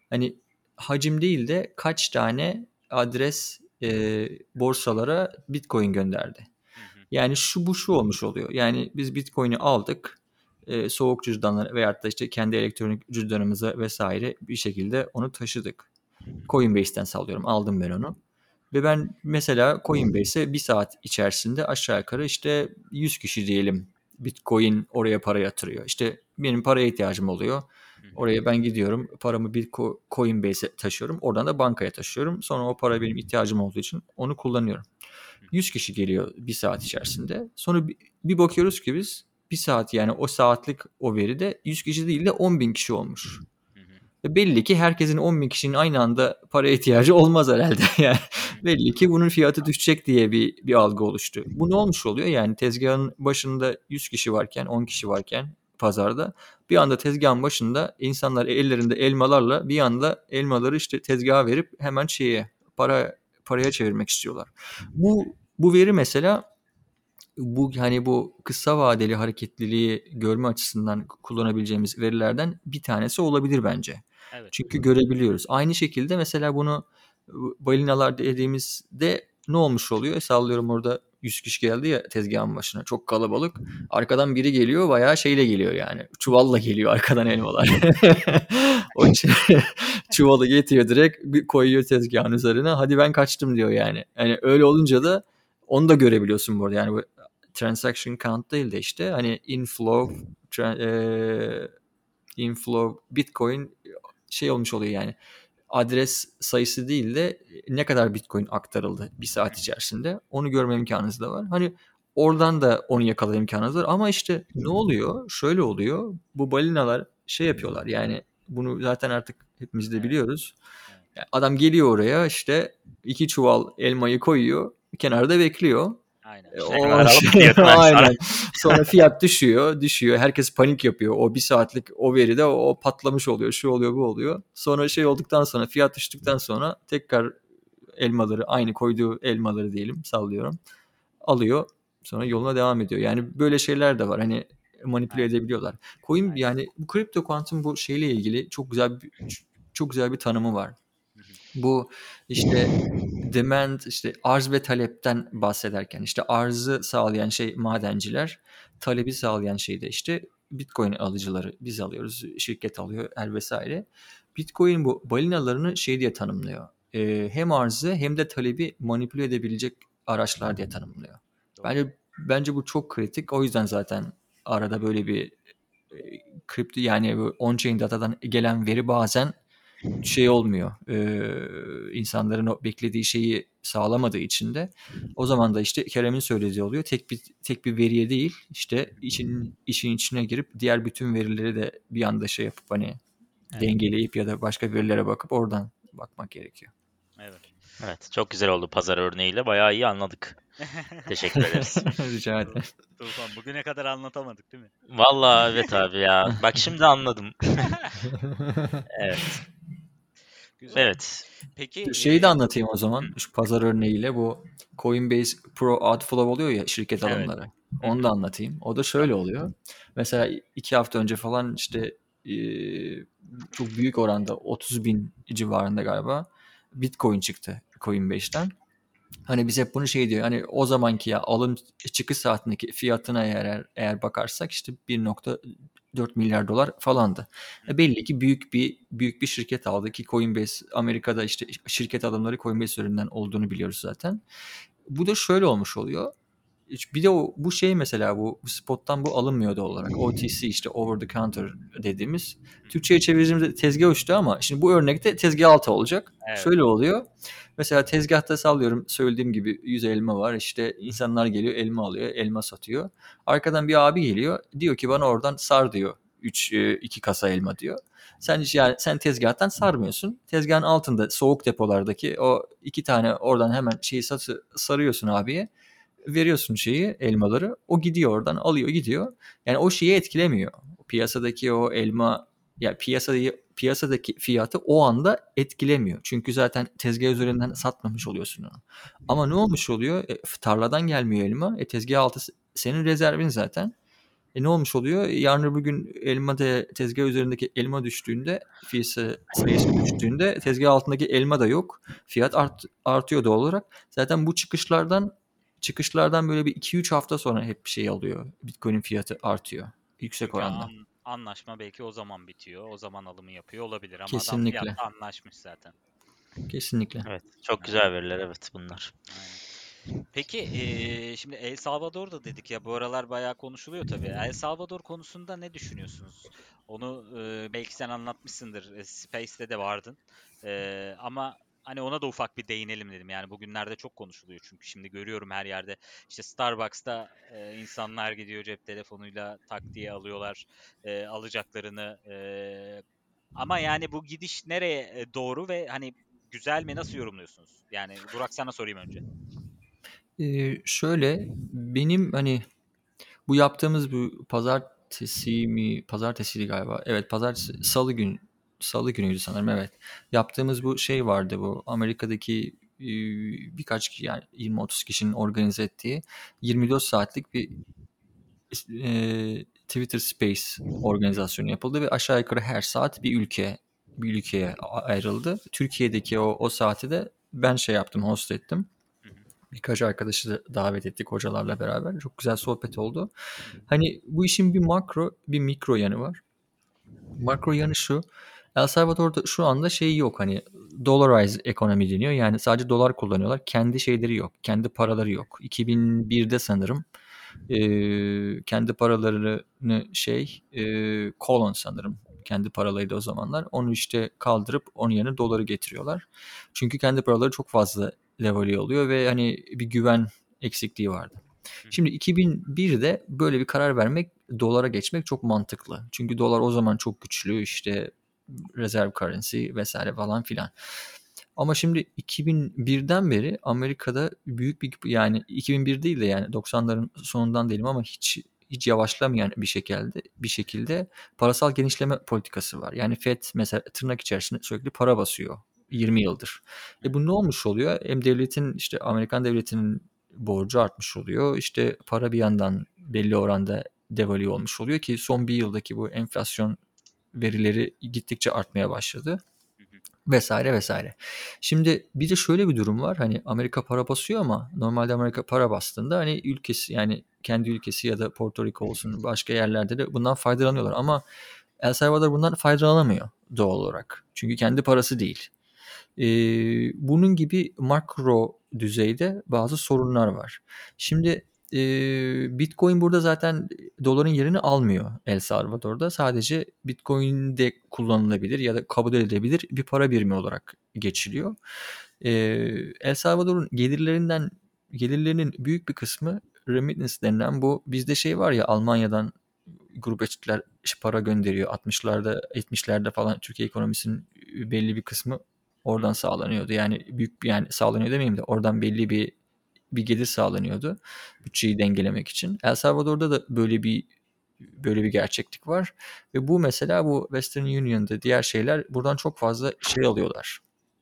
S3: hani hacim değil de kaç tane adres e, borsalara Bitcoin gönderdi.
S2: Hı hı.
S3: Yani şu bu şu olmuş oluyor. Yani biz Bitcoin'i aldık. E, soğuk cüzdanlara veyahut da işte kendi elektronik cüzdanımıza vesaire bir şekilde onu taşıdık. Coinbase'ten sallıyorum. Aldım ben onu. Ve ben mesela Coinbase'e bir saat içerisinde aşağı yukarı işte yüz kişi diyelim Bitcoin oraya para yatırıyor. İşte benim paraya ihtiyacım oluyor. Oraya ben gidiyorum. Paramı bir Coinbase'e taşıyorum. Oradan da bankaya taşıyorum. Sonra o para benim ihtiyacım olduğu için onu kullanıyorum. yüz kişi geliyor bir saat içerisinde. Sonra bir, bir bakıyoruz ki biz bir saat yani o saatlik o veride yüz kişi değil de on bin kişi olmuş. Ve belli ki herkesin on bin kişinin aynı anda paraya ihtiyacı olmaz herhalde. Yani belli ki bunun fiyatı düşecek diye bir bir algı oluştu. Bu ne olmuş oluyor? Yani tezgahın başında yüz kişi varken, on kişi varken pazarda bir anda tezgahın başında insanlar ellerinde elmalarla bir anda elmaları işte tezgaha verip hemen şeye para paraya çevirmek istiyorlar. Bu bu veri mesela bu hani bu kısa vadeli hareketliliği görme açısından kullanabileceğimiz verilerden bir tanesi olabilir bence.
S2: Evet.
S3: Çünkü görebiliyoruz. Aynı şekilde mesela bunu balinalar dediğimizde ne olmuş oluyor? Sallıyorum orada yüz kişi geldi ya tezgahın başına. Çok kalabalık. Arkadan biri geliyor bayağı şeyle geliyor yani. Çuvalla geliyor arkadan elmalar. O çuvalı getiriyor direkt koyuyor tezgahın üzerine. Hadi ben kaçtım diyor yani. Yani öyle olunca da onu da görebiliyorsun bu arada. Yani bu transaction count değil de işte hani inflow tra- e, inflow Bitcoin şey olmuş oluyor yani. Adres sayısı değil de ne kadar Bitcoin aktarıldı bir saat içerisinde. Onu görme imkanınız da var. Hani oradan da onu yakalama imkanınız var. Ama işte ne oluyor? Şöyle oluyor. Bu balinalar şey yapıyorlar. Yani bunu zaten artık hepimiz de biliyoruz. Yani adam geliyor oraya işte iki çuval elmayı koyuyor. Kenarda bekliyor.
S2: Aynen.
S3: O şey, aynen. Sonra fiyat düşüyor, düşüyor. Herkes panik yapıyor. O bir saatlik o veride o, o patlamış oluyor. Şu oluyor, bu oluyor. Sonra şey olduktan sonra, fiyat düştükten sonra tekrar elmaları, aynı koyduğu elmaları diyelim, sallıyorum. Alıyor. Sonra yoluna devam ediyor. Yani böyle şeyler de var. Hani manipüle
S2: Aynen.
S3: edebiliyorlar. Coin
S2: Aynen.
S3: yani bu kripto kuantum bu şeyle ilgili çok güzel bir çok güzel bir tanımı var. Bu işte demand işte arz ve talepten bahsederken işte arzı sağlayan şey madenciler, talebi sağlayan şey de işte Bitcoin alıcıları, biz alıyoruz, şirket alıyor her vesaire. Bitcoin bu balinalarını şey diye tanımlıyor. Ee, hem arzı hem de talebi manipüle edebilecek araçlar diye tanımlıyor.
S2: Doğru.
S3: Bence bence bu çok kritik. O yüzden zaten arada böyle bir e, kripto yani bu on-chain datadan gelen veri bazen şey olmuyor. Ee, insanların o beklediği şeyi sağlamadığı için de o zaman da işte Kerem'in söylediği oluyor. Tek bir tek bir veriye değil işte işin işin içine girip diğer bütün verileri de bir anda şey yapıp hani
S2: Evet.
S3: dengeleyip ya da başka verilere bakıp oradan bakmak gerekiyor.
S2: Evet.
S1: Evet, çok güzel oldu pazar örneğiyle. Bayağı iyi anladık. Teşekkür ederiz.
S3: Rica ederim.
S2: Tufan, bugüne kadar anlatamadık değil mi?
S1: Vallahi evet abi ya. Bak şimdi anladım. Evet.
S2: Güzel.
S1: Evet.
S2: Peki
S3: Şeyi de
S2: e,
S3: anlatayım o zaman. Şu pazar örneğiyle bu Coinbase Pro Outflow oluyor ya şirket
S2: Evet.
S3: alımları. Onu da anlatayım. O da şöyle oluyor. Mesela iki hafta önce falan işte e, çok büyük oranda otuz bin civarında galiba Bitcoin çıktı Coinbase'ten. Hani biz hep bunu şey diyor. Hani o zamanki ya alım çıkış saatindeki fiyatına eğer eğer bakarsak işte bir nokta dört milyar dolar falandı. E belli ki büyük bir büyük bir şirket aldı ki Coinbase Amerika'da işte şirket alımları Coinbase üzerinden olduğunu biliyoruz zaten. Bu da şöyle olmuş oluyor. Bir de o, bu şey mesela bu spot'tan bu alınmıyor da olarak. O T C işte over the counter dediğimiz. Türkçe'ye çevirdiğimizde tezgah uçtu ama şimdi bu örnekte tezgah altı olacak.
S2: Evet.
S3: Şöyle oluyor. Mesela tezgahta sallıyorum söylediğim gibi yüz elma var. İşte insanlar geliyor elma alıyor, elma satıyor. Arkadan bir abi geliyor. Diyor ki bana oradan sar diyor. üç iki kasa elma diyor. Sen yani sen tezgahtan sarmıyorsun. Tezgahın altında soğuk depolardaki o iki tane oradan hemen şeyi satı, sarıyorsun abiye. Veriyorsun şeyi elmaları. O gidiyor oradan alıyor gidiyor. Yani o şeyi etkilemiyor. Piyasadaki o elma ya piyasadaki piyasadaki fiyatı o anda etkilemiyor. Çünkü zaten tezgah üzerinden satmamış oluyorsun onu. Ama ne olmuş oluyor? E, tarladan gelmiyor elma. E, tezgah altı senin rezervin zaten. E ne olmuş oluyor? Yarın öbür gün elma de tezgah üzerindeki elma düştüğünde, fiyatı sayısı düştüğünde tezgah altındaki elma da yok. Fiyat art, artıyor doğal olarak. Zaten bu çıkışlardan çıkışlardan böyle bir iki üç hafta sonra hep bir şey alıyor. Bitcoin'in fiyatı artıyor. Yüksek
S2: Çünkü
S3: oranda.
S2: an, anlaşma belki o zaman bitiyor. O zaman alımı yapıyor olabilir ama adam
S3: Kesinlikle.
S2: fiyatta anlaşmış zaten.
S3: Kesinlikle.
S1: Evet, çok
S2: Evet.
S1: güzel veriler evet bunlar.
S2: Aynen. Peki eee, şimdi El Salvador'da dedik ya, bu aralar bayağı konuşuluyor tabii. El Salvador konusunda ne düşünüyorsunuz? Onu eee, belki sen anlatmışsındır. e, Space'te de vardın. Eee, ama hani ona da ufak bir değinelim dedim. Yani bugünlerde çok konuşuluyor çünkü şimdi görüyorum her yerde. İşte Starbucks'ta eee, insanlar gidiyor cep telefonuyla tak diye alıyorlar eee, alacaklarını. Eee, ama yani bu gidiş nereye e, doğru ve hani güzel mi, nasıl yorumluyorsunuz? Yani Burak, sana sorayım önce.
S3: Ee, şöyle benim hani bu yaptığımız bu pazartesi mi? Pazartesiydi galiba. Evet, pazartesi, salı gün, salı günüydü sanırım. Evet. Yaptığımız bu şey vardı, bu Amerika'daki e, birkaç kişi, yani yirmi otuz kişinin organize ettiği yirmi dört saatlik bir e, Twitter Space organizasyonu yapıldı ve aşağı yukarı her saat bir ülke bir ülkeye ayrıldı. Türkiye'deki o o saati de ben şey yaptım, host ettim.
S2: Hı hı,
S3: Birkaç arkadaşı da davet ettik hocalarla beraber. Çok güzel sohbet oldu.
S2: hı hı,
S3: Hani bu işin bir makro, bir mikro yanı var. Makro yanı şu. El Salvador'da şu anda şey yok, hani dollarize ekonomi deniyor. Yani sadece dolar kullanıyorlar. Kendi şeyleri yok. Kendi paraları yok. iki bin birde sanırım e, kendi paralarını şey e, kolon sanırım. Kendi paralarıydı o zamanlar. Onu işte kaldırıp onun yerine doları getiriyorlar. Çünkü kendi paraları çok fazla devalüe oluyor ve hani bir güven eksikliği vardı.
S2: hı hı,
S3: Şimdi iki bin birde böyle bir karar vermek, dolara geçmek çok mantıklı. Çünkü dolar o zaman çok güçlü, işte rezerv currency vesaire falan filan. Ama şimdi iki bin birden beri Amerika'da büyük bir, yani iki bin bir değil de yani doksanların sonundan değilim ama hiç hiç yavaşlamayan bir şekilde bir şekilde parasal genişleme politikası var. Yani Fed mesela tırnak içerisinde sürekli para basıyor yirmi yıldır.
S2: hı
S3: E bu ne olmuş oluyor? Hem devletin, işte Amerikan devletinin borcu artmış oluyor. İşte para bir yandan belli oranda devalüe olmuş oluyor ki son bir yıldaki bu enflasyon verileri gittikçe artmaya başladı
S2: hı, hı
S3: vesaire vesaire. Şimdi bir de şöyle bir durum var. Hani Amerika para basıyor ama normalde Amerika para bastığında hani ülkesi, yani kendi ülkesi ya da Porto Rico olsun, başka yerlerde de bundan faydalanıyorlar ama El Salvador bundan faydalanamıyor doğal olarak. Çünkü kendi parası değil. Ee, bunun gibi makro düzeyde bazı sorunlar var. Şimdi e, Bitcoin burada zaten doların yerini almıyor El Salvador'da. Sadece Bitcoin'de kullanılabilir ya da kabul edilebilir bir para birimi olarak geçiliyor. Ee, El Salvador'un gelirlerinden gelirlerinin büyük bir kısmı remittance denilen, bu bizde şey var ya, Almanya'dan gurbetçiler para gönderiyor. altmışlarda yetmişlerde falan Türkiye ekonomisinin belli bir kısmı
S2: hı,
S3: oradan sağlanıyordu. Yani büyük bir, yani sağlanıyor demeyeyim de oradan belli bir bir gelir sağlanıyordu bütçeyi dengelemek için. El Salvador'da da böyle bir böyle bir gerçeklik var ve bu mesela bu Western Union'da diğer şeyler buradan çok fazla şey alıyorlar.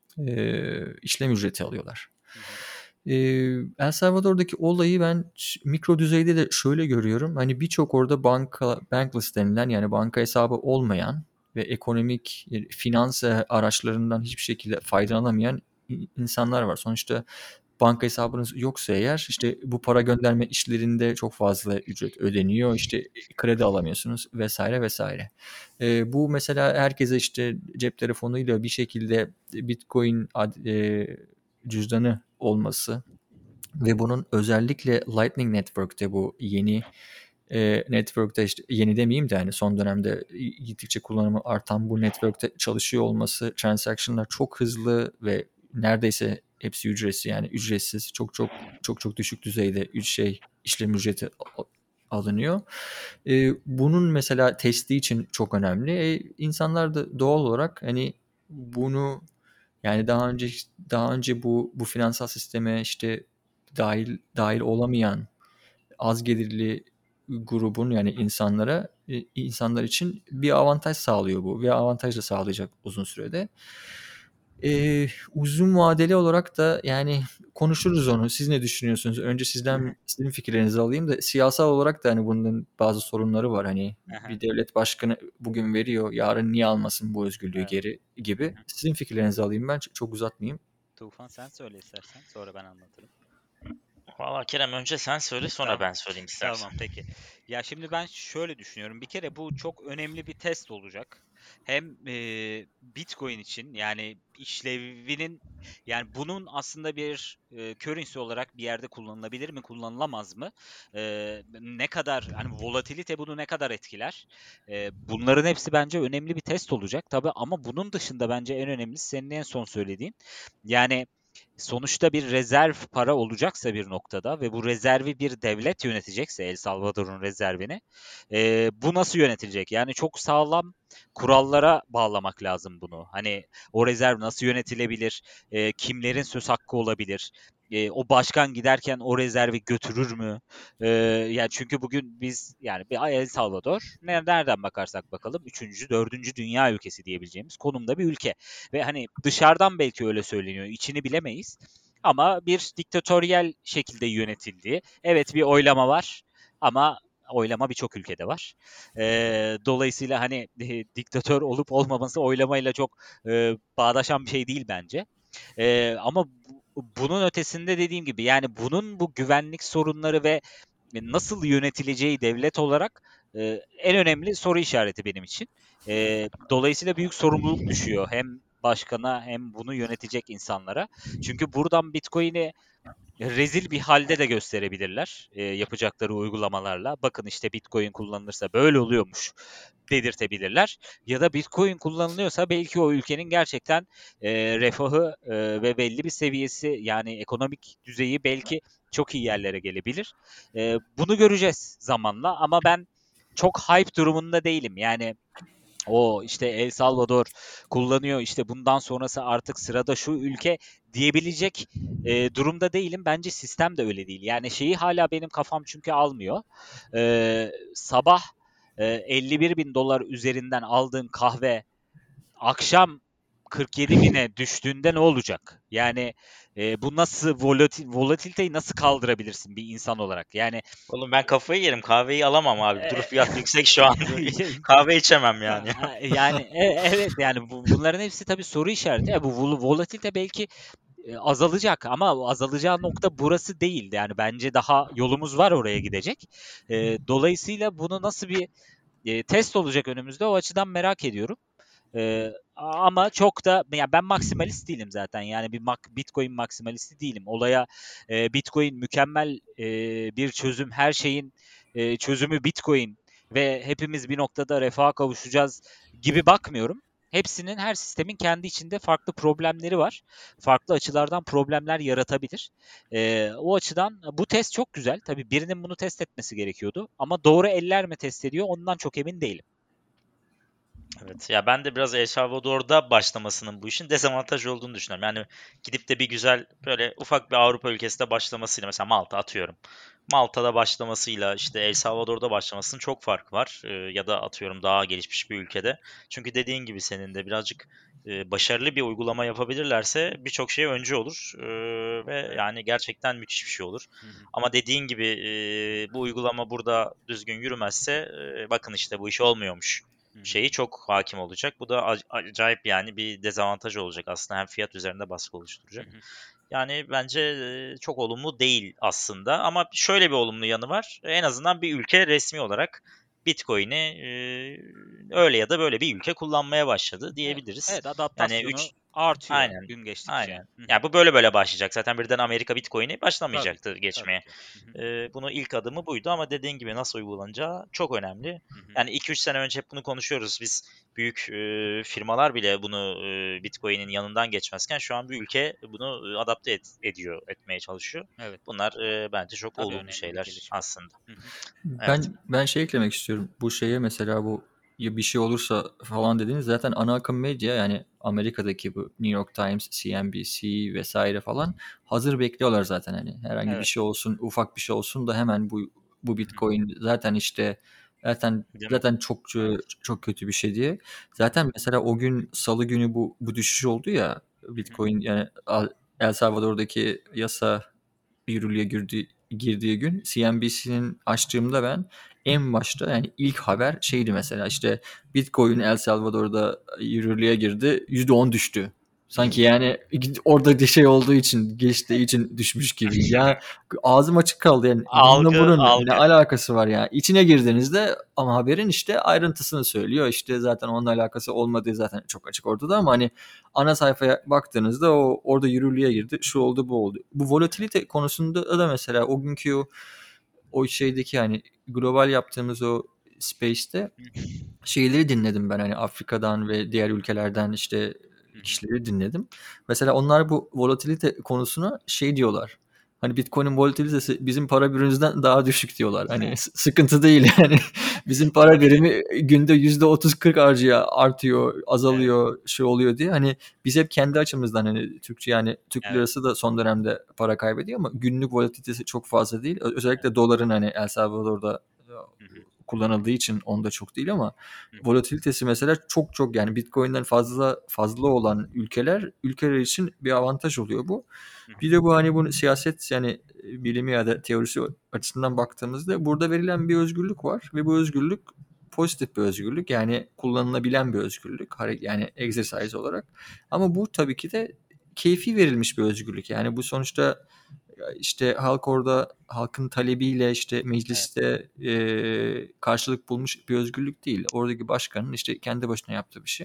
S3: Ee, işlem ücreti alıyorlar.
S2: hı hı,
S3: Ee, El Salvador'daki olayı ben mikro düzeyde de şöyle görüyorum. Hani birçok orada banka, bankless denilen, yani banka hesabı olmayan ve ekonomik e, finans e, araçlarından hiçbir şekilde faydalanamayan insanlar var. Sonuçta banka hesabınız yoksa eğer, işte bu para gönderme işlerinde çok fazla ücret ödeniyor. İşte kredi alamıyorsunuz vesaire vesaire. E, bu mesela herkese işte cep telefonuyla bir şekilde Bitcoin ad, e, cüzdanı olması ve bunun özellikle Lightning Network'te, bu yeni e, network'te, işte yeni demeyeyim de yani son dönemde gittikçe kullanımı artan bu network'te çalışıyor olması, transaction'lar çok hızlı ve neredeyse hepsi ücretsiz, yani ücretsiz, çok çok çok çok düşük düzeyde şey işlem ücreti alınıyor. E, bunun mesela testi için çok önemli. E, insanlar da doğal olarak hani bunu, yani daha önce daha önce bu bu finansal sisteme işte dahil dahil olamayan az gelirli grubun, yani insanlara e, insanlar için bir avantaj sağlıyor bu ve avantaj da sağlayacak uzun sürede. Eee, uzun vadeli olarak da yani konuşuruz onu. Siz ne düşünüyorsunuz? Önce sizden sizin fikirlerinizi alayım da siyasal olarak da hani bunun bazı sorunları var. Hani bir devlet başkanı bugün veriyor, yarın niye almasın bu özgürlüğü
S2: Evet.
S3: geri gibi. Sizin fikirlerinizi alayım ben. Çok çok uzatmayayım.
S2: Tufan sen söyle istersen. Sonra ben anlatırım.
S1: Valla Kerem önce sen söyle sonra
S2: Tamam.
S1: ben söyleyeyim istersen.
S2: Tamam peki. Ya şimdi ben şöyle düşünüyorum. Bir kere bu çok önemli bir test olacak. Hem e, Bitcoin için yani işlevinin yani bunun aslında bir e, currency olarak bir yerde kullanılabilir mi, kullanılamaz mı? E, ne kadar hani volatilite bunu ne kadar etkiler? E, bunların hepsi bence önemli bir test olacak tabii ama bunun dışında bence en önemlisi senin en son söylediğin. Yani sonuçta bir rezerv para olacaksa bir noktada ve bu rezervi bir devlet yönetecekse El Salvador'un rezervini e, bu nasıl yönetilecek? Yani çok sağlam kurallara bağlamak lazım bunu. Hani o rezerv nasıl yönetilebilir? E, kimlerin söz hakkı olabilir? E, o başkan giderken o rezervi götürür mü? E, yani çünkü bugün biz yani bir El Salvador ne- nereden bakarsak bakalım üçüncü, dördüncü dünya ülkesi diyebileceğimiz konumda bir ülke. Ve hani dışarıdan belki öyle söyleniyor. İçini bilemeyiz. Ama bir diktatöryel şekilde yönetildiği. Evet bir oylama var ama oylama birçok ülkede var. Ee, dolayısıyla hani e, diktatör olup olmaması oylamayla çok e, bağdaşan bir şey değil bence. Ee, ama bu- bunun ötesinde dediğim gibi yani bunun bu güvenlik sorunları ve nasıl yönetileceği devlet olarak e, en önemli soru işareti benim için. E, dolayısıyla büyük sorumluluk düşüyor hem başkana hem bunu yönetecek insanlara. Çünkü buradan Bitcoin'i rezil bir halde de gösterebilirler e, yapacakları uygulamalarla. Bakın işte Bitcoin kullanılırsa böyle oluyormuş dedirtebilirler. Ya da Bitcoin kullanılıyorsa belki o ülkenin gerçekten e, refahı e, ve belli bir seviyesi yani ekonomik düzeyi belki çok iyi yerlere gelebilir. E, bunu göreceğiz zamanla ama ben çok hype durumunda değilim. Yani o işte El Salvador kullanıyor işte bundan sonrası artık sırada şu ülke diyebilecek e, durumda değilim. Bence sistem de öyle değil. Yani şeyi hala benim kafam çünkü almıyor. E, sabah e, elli bir bin dolar üzerinden aldığın kahve akşam kırk yedi bine düştüğünde ne olacak? Yani e, bu nasıl volatil, volatiliteyi nasıl kaldırabilirsin bir insan olarak? Yani
S1: Oğlum ben kafayı yerim. Kahveyi alamam abi. Dur
S2: e,
S1: fiyat yüksek şu an. Kahve içemem yani.
S2: yani e, evet yani bu, bunların hepsi tabii soru işareti. E, bu vol- volatilite belki e, azalacak ama azalacağı nokta burası değil. Yani bence daha yolumuz var oraya gidecek. E, dolayısıyla bunu nasıl bir e, test olacak önümüzde o açıdan merak ediyorum. Ee, ama çok da ya ben maksimalist değilim zaten. Yani bir mak- Bitcoin maksimalisti değilim. Olaya e, Bitcoin mükemmel e, bir çözüm, her şeyin e, çözümü Bitcoin ve hepimiz bir noktada refaha kavuşacağız gibi bakmıyorum. Hepsinin, her sistemin kendi içinde farklı problemleri var. Farklı açılardan problemler yaratabilir. Ee, o açıdan bu test çok güzel. Tabii birinin bunu test etmesi gerekiyordu. Ama doğru eller mi test ediyor ondan çok emin değilim.
S1: Evet ya ben de biraz El Salvador'da başlamasının bu işin dezavantaj olduğunu düşünüyorum. Yani gidip de bir güzel böyle ufak bir Avrupa ülkesinde başlamasıyla mesela Malta atıyorum. Malta'da başlamasıyla işte El Salvador'da başlamasının çok farkı var. Ee, ya da atıyorum daha gelişmiş bir ülkede. Çünkü dediğin gibi senin de birazcık e, başarılı bir uygulama yapabilirlerse birçok şey öncü olur. Ee, ve
S2: Evet.
S1: yani gerçekten müthiş bir şey olur.
S2: Hı hı.
S1: Ama dediğin gibi e, bu uygulama burada düzgün yürümezse e, bakın işte bu iş olmuyormuş
S2: Hı hı.
S1: şeyi çok hakim olacak. Bu da ac- acayip yani bir dezavantaj olacak aslında hem fiyat üzerinde baskı
S2: Hı
S1: oluşturacak.
S2: hı.
S1: Yani bence e, çok olumlu değil aslında ama şöyle bir olumlu yanı var. En azından bir ülke resmi olarak Bitcoin'i e, öyle ya da böyle bir ülke kullanmaya başladı
S2: Evet,
S1: diyebiliriz.
S2: evet
S1: Yani
S2: adaptasyonu
S1: üç
S2: artıyor
S1: aynen
S2: gün geçtikçe.
S1: aynen.
S2: Hı hı.
S1: Yani bu böyle böyle başlayacak. Zaten birden Amerika Bitcoin'i
S2: Tabii
S1: başlamayacaktı
S2: ki, tabii
S1: geçmeye.
S2: ki. Hı hı.
S1: Eee, bunun ilk adımı buydu ama dediğin gibi nasıl uygulanacağı çok önemli.
S2: Hı hı.
S1: Yani iki üç sene önce hep bunu konuşuyoruz. Biz büyük eee, firmalar bile bunu eee, Bitcoin'in yanından geçmezken şu an bir ülke bunu eee, adapte et- ediyor, etmeye çalışıyor.
S2: Evet,
S1: Bunlar eee, bence çok
S2: tabii
S1: olumlu
S2: önemli bir
S1: şeyler
S2: gelişme.
S1: aslında.
S2: Hı hı.
S1: Evet.
S3: Ben ben şey eklemek istiyorum. Bu şeye mesela bu ya bir şey olursa falan dediniz zaten ana akım medya yani Amerika'daki bu New York Times, C N B C vesaire falan hazır bekliyorlar zaten hani herhangi bir
S2: Evet.
S3: şey olsun, ufak bir şey olsun da hemen bu bu
S2: Hı hı.
S3: Bitcoin zaten işte zaten
S1: Değil mi?
S3: zaten çok
S2: Evet.
S3: çok kötü bir şey diye.
S2: Hı hı.
S3: Zaten mesela o gün Salı günü bu bu düşüş oldu ya Bitcoin yani El Salvador'daki yasa yürürlüğe girdi, girdiği gün C N B C'nin açtığımda ben en başta yani ilk haber şeydi mesela işte Bitcoin El Salvador'da yürürlüğe girdi yüzde on düştü. Sanki yani orada bir şey olduğu için geçtiği için düşmüş gibi. Ya ağzım açık kaldı yani. Bununla
S1: Algı,
S3: bunun ne
S1: algı.
S3: alakası var ya? İçine girdiğinizde ama haberin işte ayrıntısını söylüyor. İşte zaten onunla alakası olmadığı zaten çok açık ortada ama hani ana sayfaya baktığınızda o orada yürürlüğe girdi. Şu oldu bu oldu. Bu volatilite konusunda da mesela o günkü o, o şeydeki hani global yaptığımız o space'te şeyleri dinledim ben hani Afrika'dan ve diğer ülkelerden işte kişileri dinledim. Mesela onlar bu volatilite konusuna şey diyorlar. Hani Bitcoin'in volatilitesi bizim para birimimizden daha düşük diyorlar. Hani sıkıntı değil yani. Bizim para birimi günde yüzde otuz kırk harcıyor, artıyor, azalıyor, evet. Şey oluyor diye. Hani biz hep kendi açımızdan hani Türkçe yani Türk evet. Lirası da son dönemde para kaybediyor ama günlük volatilitesi çok fazla değil. Özellikle evet. Doların hani El Salvador'da kullanıldığı için onda çok değil ama volatilitesi mesela çok çok yani Bitcoin'den fazla fazla olan ülkeler ülkeler için bir avantaj oluyor bu. Bir de bu hani bunu siyaset yani bilimi ya da teorisi açısından baktığımızda burada verilen bir özgürlük var ve bu özgürlük pozitif bir özgürlük yani kullanılabilen bir özgürlük yani exercise olarak ama bu tabii ki de keyfi verilmiş bir özgürlük yani bu sonuçta işte halk orada halkın talebiyle işte mecliste evet. e, karşılık bulmuş bir özgürlük değil. Oradaki başkanın işte kendi başına yaptığı bir şey.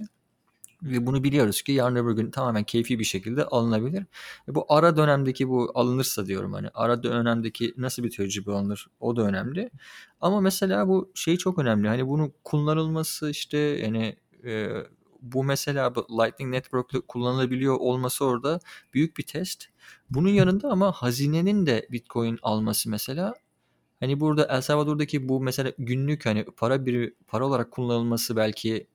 S3: Ve bunu biliyoruz ki yarın öbür gün tamamen keyfi bir şekilde alınabilir. Ve bu ara dönemdeki bu alınırsa diyorum hani ara dönemdeki nasıl bir tecrübe alınır o da önemli. Ama mesela bu şey çok önemli. Hani bunun kullanılması işte yani e, bu mesela bu Lightning Network'ta kullanılabiliyor olması orada büyük bir test. Bunun yanında ama hazinenin de Bitcoin alması mesela hani burada El Salvador'daki bu mesela günlük hani para bir para olarak kullanılması belki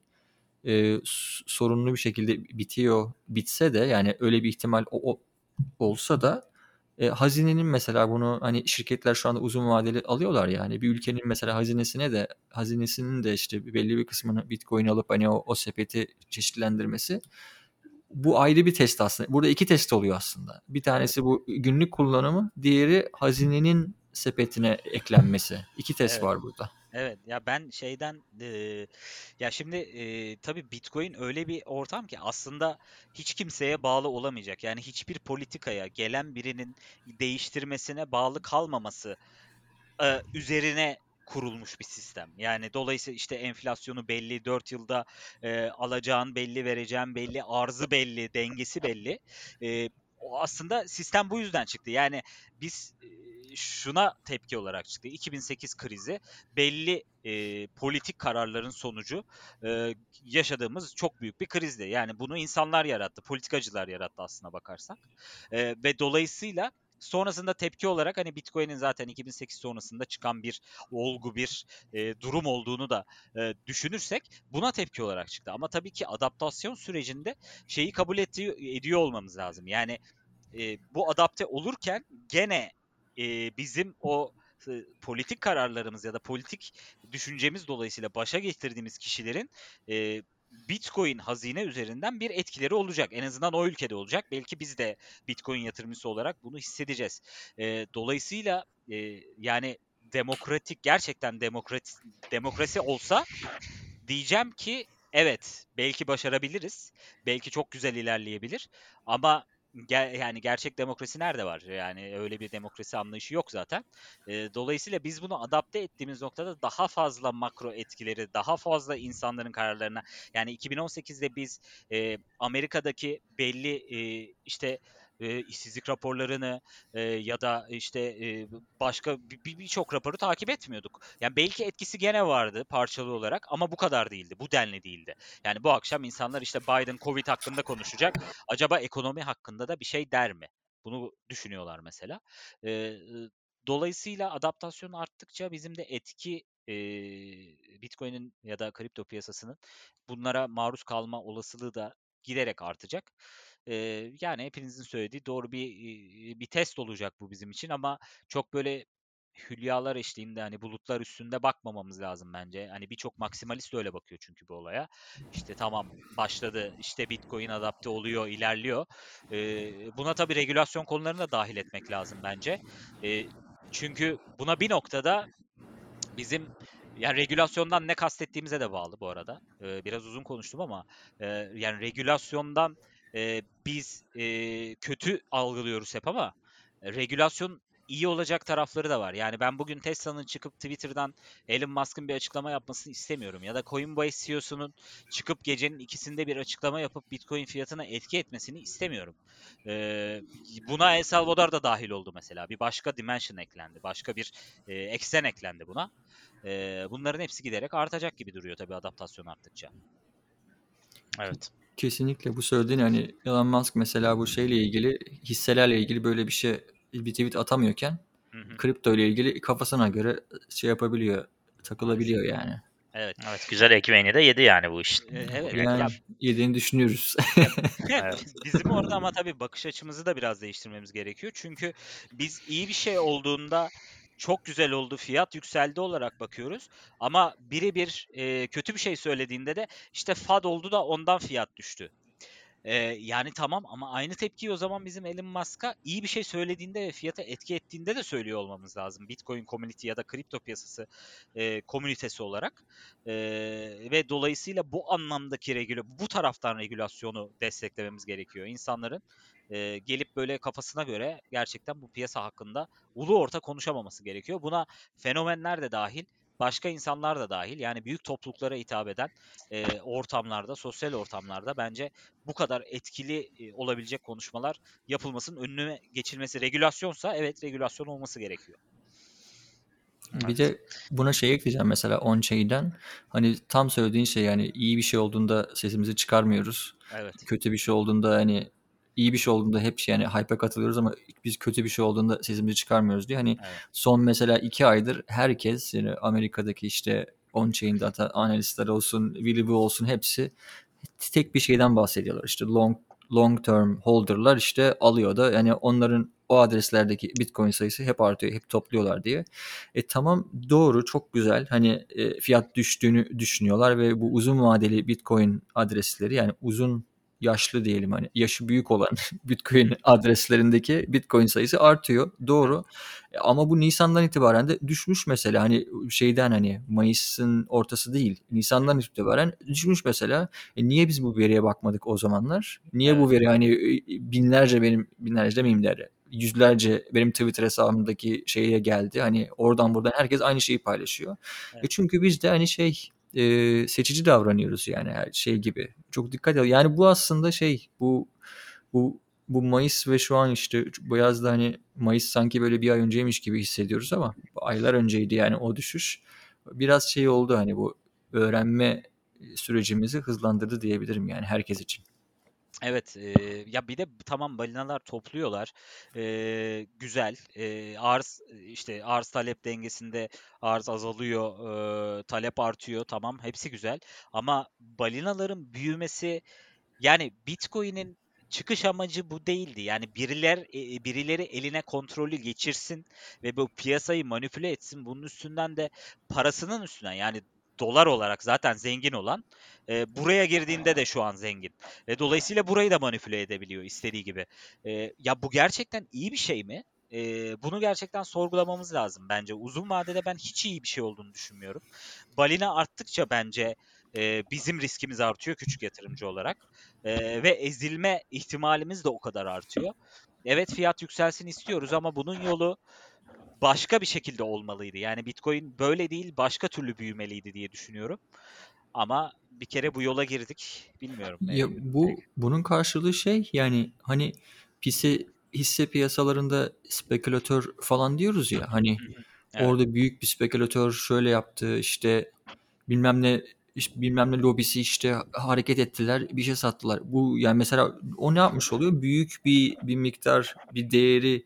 S3: e, sorunlu bir şekilde bitiyor bitse de yani öyle bir ihtimal o, o olsa da e, hazinenin mesela bunu hani şirketler şu anda uzun vadeli alıyorlar yani bir ülkenin mesela hazinesine de hazinesinin de işte belli bir kısmını Bitcoin alıp hani o, o sepeti çeşitlendirmesi bu ayrı bir test aslında. Burada iki test oluyor aslında. Bir tanesi bu günlük kullanımı, diğeri hazinenin sepetine eklenmesi. İki test
S2: Evet.
S3: var burada.
S2: Evet ya ben şeyden eee, ya şimdi eee tabii Bitcoin öyle bir ortam ki aslında hiç kimseye bağlı olamayacak. Yani hiçbir politikaya gelen birinin değiştirmesine bağlı kalmaması e, üzerine kurulmuş bir sistem. Yani dolayısıyla işte enflasyonu belli, dört yılda e, alacağın belli, vereceğin belli, arzı belli, dengesi belli. E, o aslında sistem bu yüzden çıktı. Yani biz e, şuna tepki olarak çıktı. iki bin sekiz krizi belli e, politik kararların sonucu e, yaşadığımız çok büyük bir krizdi. Yani bunu insanlar yarattı, politikacılar yarattı aslına bakarsak. E, ve dolayısıyla sonrasında tepki olarak hani Bitcoin'in zaten iki bin sekiz sonrasında çıkan bir olgu, bir e, durum olduğunu da e, düşünürsek buna tepki olarak çıktı. Ama tabii ki adaptasyon sürecinde şeyi kabul ediyor, ediyor olmamız lazım. Yani e, bu adapte olurken gene e, bizim o e, politik kararlarımız ya da politik düşüncemiz dolayısıyla başa getirdiğimiz kişilerin e, Bitcoin hazine üzerinden bir etkileri olacak. En azından o ülkede olacak. Belki biz de Bitcoin yatırımcısı olarak bunu hissedeceğiz. E, dolayısıyla e, yani demokratik gerçekten demokrat demokrasi olsa diyeceğim ki evet belki başarabiliriz. Belki çok güzel ilerleyebilir ama ger- yani gerçek demokrasi nerede var? Yani öyle bir demokrasi anlayışı yok zaten. E, dolayısıyla biz bunu adapte ettiğimiz noktada daha fazla makro etkileri, daha fazla insanların kararlarına yani iki bin on sekizde biz e, Amerika'daki belli e, işte e, işsizlik raporlarını e, ya da işte e, başka birçok raporu takip etmiyorduk. Yani belki etkisi gene vardı parçalı olarak ama bu kadar değildi. Bu denli değildi. Yani bu akşam insanlar işte Biden Covid hakkında konuşacak. Acaba ekonomi hakkında da bir şey der mi? Bunu düşünüyorlar mesela. E, dolayısıyla adaptasyon arttıkça bizim de etki e, Bitcoin'in ya da kripto piyasasının bunlara maruz kalma olasılığı da giderek artacak. Eee, yani hepinizin söylediği doğru bir bir test olacak bu bizim için ama çok böyle hülyalar eşliğinde hani bulutlar üstünde bakmamamız lazım bence. Hani birçok maksimalist öyle bakıyor çünkü bu olaya. İşte tamam başladı, işte Bitcoin adapte oluyor, ilerliyor. Ee, buna tabii regülasyon konularını da dahil etmek lazım bence. Ee, çünkü buna bir noktada bizim yani regülasyondan ne kastettiğimize de bağlı bu arada. Ee, biraz uzun konuştum ama e, yani regülasyondan e, biz e, kötü algılıyoruz hep ama e, regülasyon iyi olacak tarafları da var. Yani ben bugün Tesla'nın çıkıp Twitter'dan Elon Musk'ın bir açıklama yapmasını istemiyorum. Ya da Coinbase C E O'sunun çıkıp gecenin ikisinde bir açıklama yapıp Bitcoin fiyatına etki etmesini istemiyorum. Ee, buna El Salvador da dahil oldu mesela. Bir başka dimension eklendi. Başka bir e, eksen eklendi buna. Ee, bunların hepsi giderek artacak gibi duruyor tabii adaptasyon arttıkça.
S1: Evet.
S3: Kesinlikle bu söylediğin hani Elon Musk mesela bu şeyle ilgili hisselerle ilgili böyle bir şey bir tweet atamıyorken
S2: Hı hı.
S3: kripto ile ilgili kafasına göre şey yapabiliyor, takılabiliyor yani.
S2: Evet.
S1: Evet, güzel ekmeğini de yedi yani bu iş.
S2: Ee, evet.
S3: Yani
S2: Ya,
S3: yediğini düşünüyoruz.
S2: ya
S1: Evet.
S2: bizim orada ama tabii bakış açımızı da biraz değiştirmemiz gerekiyor. Çünkü biz iyi bir şey olduğunda çok güzel oldu, fiyat yükseldi olarak bakıyoruz. Ama birebir e, kötü bir şey söylediğinde de işte F A D oldu da ondan fiyat düştü. Ee, yani tamam ama aynı tepkiyi o zaman bizim Elon Musk'a iyi bir şey söylediğinde ve fiyata etki ettiğinde de söylüyor olmamız lazım. Bitcoin community ya da kripto piyasası e, komünitesi olarak. E, ve dolayısıyla bu anlamdaki regüle, bu taraftan regülasyonu desteklememiz gerekiyor. İnsanların e, gelip böyle kafasına göre gerçekten bu piyasa hakkında ulu orta konuşamaması gerekiyor. Buna fenomenler de dahil, başka insanlar da dahil, yani büyük topluluklara hitap eden e, ortamlarda, sosyal ortamlarda bence bu kadar etkili e, olabilecek konuşmalar yapılmasının önüne geçilmesi. Regülasyonsa evet, regülasyon olması gerekiyor.
S3: Bir
S1: Evet.
S3: de buna şey ekleyeceğim mesela on-chain'den. Hani tam söylediğin şey yani iyi bir şey olduğunda sesimizi çıkarmıyoruz.
S2: Evet.
S3: Kötü bir şey olduğunda hani iyi bir şey olduğunda hep şey yani hype'a katılıyoruz ama biz kötü bir şey olduğunda sesimizi çıkarmıyoruz diye. Hani
S2: Evet.
S3: son mesela iki aydır herkes yani Amerika'daki işte on-chain data analistler olsun, Willy Woo olsun hepsi tek bir şeyden bahsediyorlar. İşte long long term holder'lar işte alıyor da yani onların o adreslerdeki Bitcoin sayısı hep artıyor, hep topluyorlar diye. E tamam doğru çok güzel hani e, fiyat düştüğünü düşünüyorlar ve bu uzun vadeli Bitcoin adresleri yani uzun yaşlı diyelim hani yaşı büyük olan Bitcoin adreslerindeki Bitcoin sayısı artıyor. Doğru. E, ama bu Nisan'dan itibaren de düşmüş mesela hani şeyden hani Mayıs'ın ortası değil. Nisan'dan itibaren düşmüş mesela. E, niye biz bu veriye bakmadık o zamanlar? Niye
S2: Evet.
S3: bu veri hani binlerce benim binlerce demeyeyim de yüzlerce benim Twitter hesabımdaki şeye geldi. Hani oradan buradan herkes aynı şeyi paylaşıyor.
S2: Evet.
S3: E çünkü biz de hani şey e, seçici davranıyoruz yani her şey gibi. Çok dikkat et. Yani bu aslında şey bu bu bu Mayıs ve şu an işte bu yazda hani Mayıs sanki böyle bir ay önceymiş gibi hissediyoruz ama aylar önceydi yani o düşüş. Biraz şey oldu hani bu öğrenme sürecimizi hızlandırdı diyebilirim yani herkes için.
S2: Evet, eee, ya bir de tamam balinalar topluyorlar. Eee, güzel. Eee, arz işte arz talep dengesinde arz azalıyor, eee, talep artıyor. Tamam, hepsi güzel. Ama balinaların büyümesi, yani Bitcoin'in çıkış amacı bu değildi. Yani biriler e, birileri eline kontrolü geçirsin ve bu piyasayı manipüle etsin. Bunun üstünden de parasının üstünden, yani dolar olarak zaten zengin olan e, buraya girdiğinde de şu an zengin. E, dolayısıyla burayı da manipüle edebiliyor istediği gibi. E, ya bu gerçekten iyi bir şey mi? E, bunu gerçekten sorgulamamız lazım bence. Uzun vadede ben hiç iyi bir şey olduğunu düşünmüyorum. Balina arttıkça bence e, bizim riskimiz artıyor küçük yatırımcı olarak. E, ve ezilme ihtimalimiz de o kadar artıyor. Evet, fiyat yükselsin istiyoruz ama bunun yolu başka bir şekilde olmalıydı. Yani Bitcoin böyle değil, başka türlü büyümeliydi diye düşünüyorum. Ama bir kere bu yola girdik. Bilmiyorum
S3: Ya
S2: nereye götürecek.
S3: bu bunun karşılığı şey yani hani hisse hisse piyasalarında spekülatör falan diyoruz ya hani
S2: Hı hı. Evet,
S3: orada büyük bir spekülatör şöyle yaptı işte bilmem ne işte bilmem ne lobisi işte hareket ettiler bir şey sattılar. Bu yani mesela o ne yapmış oluyor? Büyük bir bir miktar bir değeri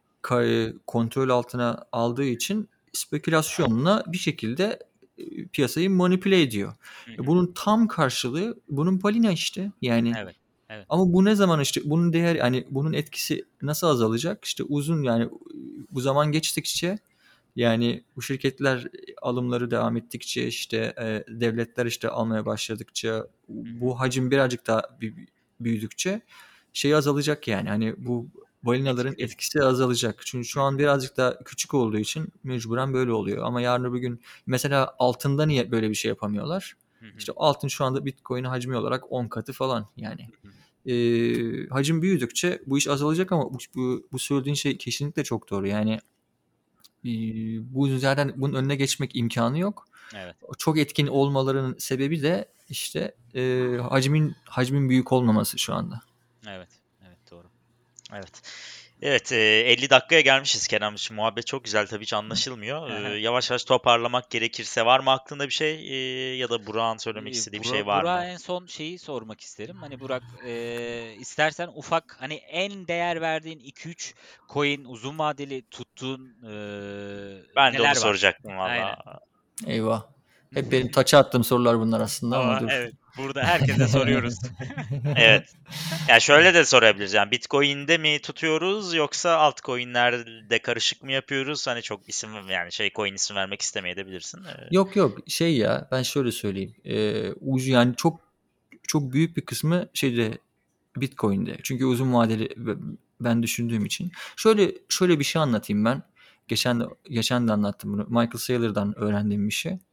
S3: ka- kontrol altına aldığı için spekülasyonla bir şekilde e, piyasayı manipüle ediyor.
S2: hı
S3: E,
S2: hı.
S3: Bunun tam karşılığı bunun balina işte yani.
S2: Evet, evet,
S3: Ama bu ne zaman işte bunun değer yani bunun etkisi nasıl azalacak? İşte uzun yani bu zaman geçtikçe Yani bu şirketler alımları devam ettikçe işte e, devletler işte almaya başladıkça bu hacim birazcık daha büyüdükçe şey azalacak yani hani bu balinaların etkisi azalacak. Çünkü şu an birazcık daha küçük olduğu için mecburen böyle oluyor. Ama yarın öbür gün mesela altında niye böyle bir şey yapamıyorlar? İşte altın şu anda Bitcoin hacmi olarak on katı falan yani. E, hacim büyüdükçe bu iş azalacak ama bu, bu, bu söylediğin şey kesinlikle çok doğru. Yani e, bu zaten bunun önüne geçmek imkanı yok.
S2: Evet.
S3: Çok etkin olmalarının sebebi de işte e, hacmin hacmin büyük olmaması şu anda.
S2: Evet. Evet doğru.
S1: Evet. Evet, e, elli dakikaya gelmişiz Kenan. Şimdi muhabbet çok güzel, tabii hiç anlaşılmıyor. E, yavaş yavaş toparlamak gerekirse var mı aklında bir şey e, ya da Burak'ın söylemek
S2: Ee,
S1: istediği bir
S2: Bura-
S1: şey var
S2: Burak'a
S1: mı?
S2: en son şeyi sormak isterim. Hani Burak, e, istersen ufak, hani en değer verdiğin iki üç coin, uzun vadeli tuttuğun e,
S1: Ben de onu
S2: neler var?
S1: soracaktım
S2: Aynen.
S1: valla.
S3: Eyvah. Hep benim taça attığım sorular bunlar aslında ama
S2: Ama
S3: dur.
S2: evet, burada herkese soruyoruz.
S1: Evet. Yani şöyle de sorabiliriz. Yani Bitcoin'de mi tutuyoruz yoksa altcoin'lerde karışık mı yapıyoruz? Hani çok isim, yani şey, coin isim vermek istemeyebilirsin. Ee,
S3: Yok yok şey ya ben şöyle söyleyeyim. Ee, ucu yani çok çok büyük bir kısmı şeyde Bitcoin'de. Çünkü uzun vadeli ben düşündüğüm için. Şöyle şöyle bir şey anlatayım ben. Geçen de, geçen de anlattım bunu. Michael Saylor'dan öğrendiğim bir şey.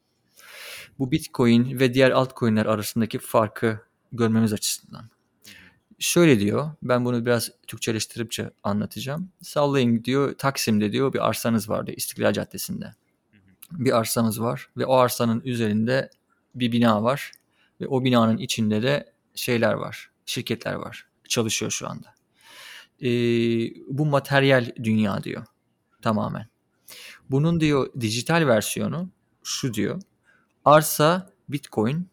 S3: Bu Bitcoin ve diğer altcoin'ler arasındaki farkı görmemiz açısından. Şöyle diyor, ben bunu biraz Türkçeleştiripçe anlatacağım. Sallayın diyor, Taksim'de diyor bir arsanız var diyor, İstiklal Caddesi'nde. Bir arsamız var ve o arsanın üzerinde bir bina var. Ve o binanın içinde de şeyler var, şirketler var. Çalışıyor şu anda. Ee, bu materyal dünya diyor tamamen. Bunun diyor dijital versiyonu şu diyor. Arsa Bitcoin,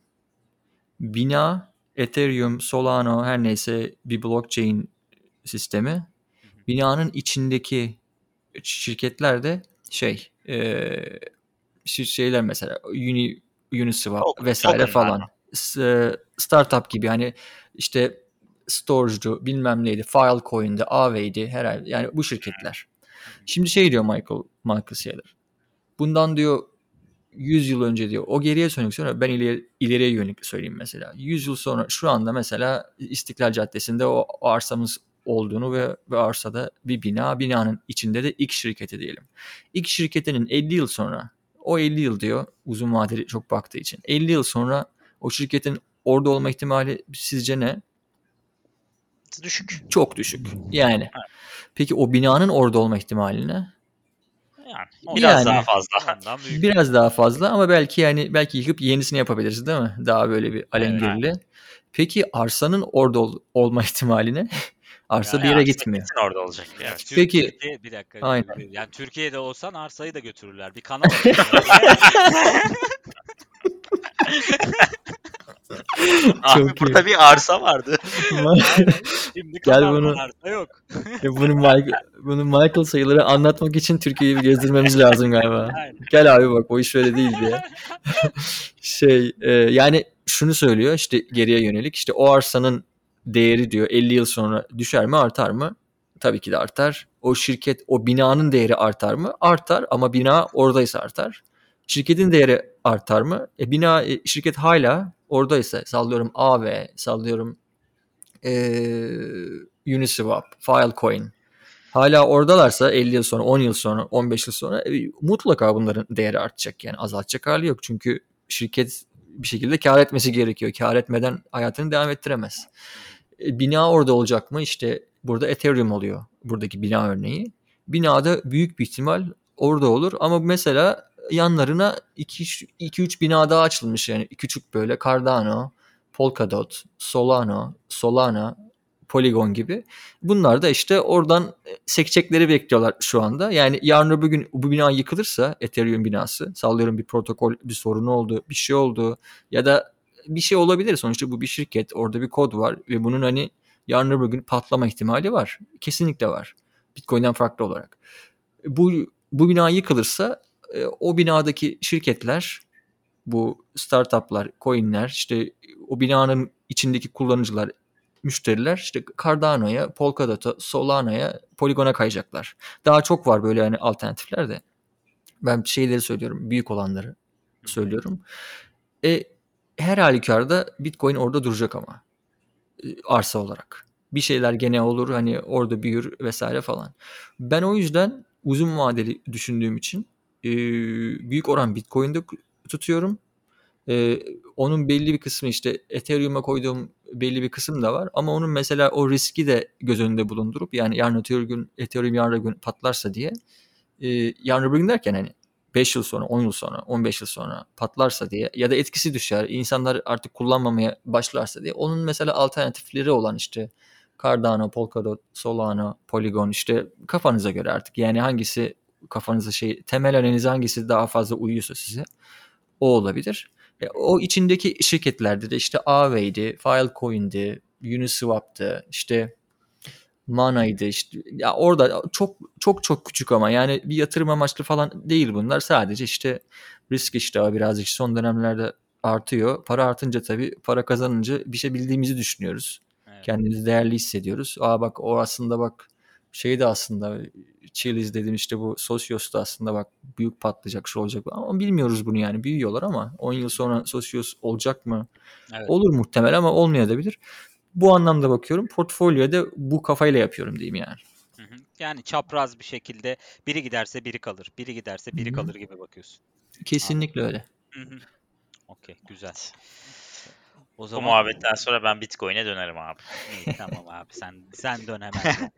S3: bina Ethereum, Solana her neyse bir blockchain sistemi. Binanın içindeki şirketler de şey e, şeyler mesela Uni, Uniswap
S1: Token,
S3: vesaire
S1: token'lar
S3: falan.
S1: mı?
S3: S- startup gibi hani işte storage'du bilmem neydi Filecoin'di Aave'ydi herhalde yani bu şirketler. Şimdi şey diyor Michael Michael Saylor. Bundan diyor yüz yıl önce diyor o geriye dönük sonra ben ileri, ileriye yönelik söyleyeyim mesela. yüz yıl sonra şu anda mesela İstiklal Caddesi'nde o arsamız olduğunu ve, ve arsada bir bina, binanın içinde de X şirketi diyelim. X şirketinin elli yıl sonra, o elli yıl diyor uzun vadeli çok baktığı için. elli yıl sonra o şirketin orada olma ihtimali sizce ne?
S1: Düşük.
S3: Çok düşük. Yani. Peki o binanın orada olma ihtimali ne?
S1: Yani biraz
S3: Yani
S1: daha fazla.
S2: Ondan büyük.
S3: biraz daha fazla ama belki yani belki yıkıp yenisini yapabiliriz değil mi? Daha böyle bir
S2: Evet.
S3: alengirli. Peki arsanın orada ol- olma ihtimali ne? Arsa
S2: Yani
S3: bir yere
S1: Yani
S3: gitmiyor.
S1: kesin orada olacak.
S2: Yani
S1: Evet.
S2: Türk-
S3: Peki
S2: Türkiye, bir dakika.
S3: aynen.
S2: Yani Türkiye'de olsan arsayı da götürürler. Bir kanal açarlar oraya.
S1: Abi
S3: Çok iyi.
S1: burada bir arsa vardı.
S2: Aynen. Şimdi
S3: Gel
S2: kanal
S3: bunu
S2: var, arsa yok.
S3: ya bunu Michael, bunu Michael sayıları anlatmak için Türkiye'yi bir gezdirmemiz lazım galiba.
S2: Aynen.
S3: Gel abi bak o iş öyle değil diye. Şey e, yani şunu söylüyor işte geriye yönelik işte o arsanın değeri diyor elli yıl sonra düşer mi artar mı? Tabii ki de artar. O şirket o binanın değeri artar mı? Artar ama bina oradaysa artar. Şirketin değeri artar mı? E, bina e, şirket hala oradaysa sallıyorum A V sallıyorum e, Uniswap, Filecoin hala oradalarsa elli yıl sonra, on yıl sonra, on beş yıl sonra e, mutlaka bunların değeri artacak. Yani azaltacak hali yok. Çünkü şirket bir şekilde kar etmesi gerekiyor. Kar etmeden hayatını devam ettiremez. E, bina orada olacak mı? İşte burada Ethereum oluyor. Buradaki bina örneği. Binada büyük bir ihtimal orada olur. Ama mesela yanlarına iki üç bina daha açılmış. Yani küçük böyle Cardano, Polkadot, Solano, Solana, Polygon gibi. Bunlar da işte oradan sekecekleri bekliyorlar şu anda. Yani yarın öbür gün bu bina yıkılırsa Ethereum binası sallıyorum bir protokol bir sorunu oldu bir şey oldu ya da bir şey olabilir. Sonuçta bu bir şirket orada bir kod var ve bunun hani yarın öbür gün patlama ihtimali var. Kesinlikle var. Bitcoin'den farklı olarak. Bu, bu bina yıkılırsa o binadaki şirketler bu startuplar, coinler işte o binanın içindeki kullanıcılar müşteriler işte Cardano'ya, Polkadot'a, Solana'ya, Polygon'a kayacaklar. Daha çok var böyle yani alternatifler de. Ben şeyleri söylüyorum. Büyük olanları
S2: Hı hı.
S3: söylüyorum. E, her halükarda Bitcoin orada duracak ama. E, arsa olarak. Bir şeyler gene olur hani orada büyür vesaire falan. Ben o yüzden uzun vadeli düşündüğüm için e, büyük oran Bitcoin'de tutuyorum. E, onun belli bir kısmı işte Ethereum'a koyduğum belli bir kısım da var. Ama onun mesela o riski de göz önünde bulundurup yani yarın öteki gün Ethereum yarın öbür gün patlarsa diye e, yarın öbür gün derken hani beş yıl sonra, on yıl sonra, on beş yıl sonra patlarsa diye ya da etkisi düşer, insanlar artık kullanmamaya başlarsa diye onun mesela alternatifleri olan işte Cardano, Polkadot, Solana, Polygon işte kafanıza göre artık yani hangisi kafanıza şey temel analizi hangisi daha fazla uyuyorsa size o olabilir. E, o içindeki şirketlerde de işte Aavei'di, Filecoin'di, Uniswap'tı, işte Mana'ydı işte. Ya orada çok çok çok küçük ama yani bir yatırım amaçlı falan değil bunlar. Sadece işte risk iştahı birazcık son dönemlerde artıyor. Para artınca tabii para kazanınca bir şey bildiğimizi düşünüyoruz.
S2: Evet.
S3: Kendimizi değerli hissediyoruz. Aa bak o aslında bak şey de aslında Chiliz dedim işte bu Socios da aslında bak büyük patlayacak şu olacak ama bilmiyoruz bunu yani büyüyorlar ama on yıl sonra Socios olacak mı?
S2: Evet.
S3: Olur muhtemel ama olmayabilir. Bu anlamda bakıyorum. Portfolyoda bu kafayla yapıyorum diyeyim yani.
S2: Hı hı. Yani çapraz bir şekilde biri giderse biri kalır. Biri giderse biri
S3: Hı-hı.
S2: kalır gibi bakıyorsun.
S3: Kesinlikle
S2: Anladım.
S3: öyle.
S2: Hı hı. Okey, güzel. O
S1: Bu
S2: zaman
S1: muhabbetten sonra ben Bitcoin'e dönerim abi.
S2: iyi, tamam abi sen sen dön hemen dön.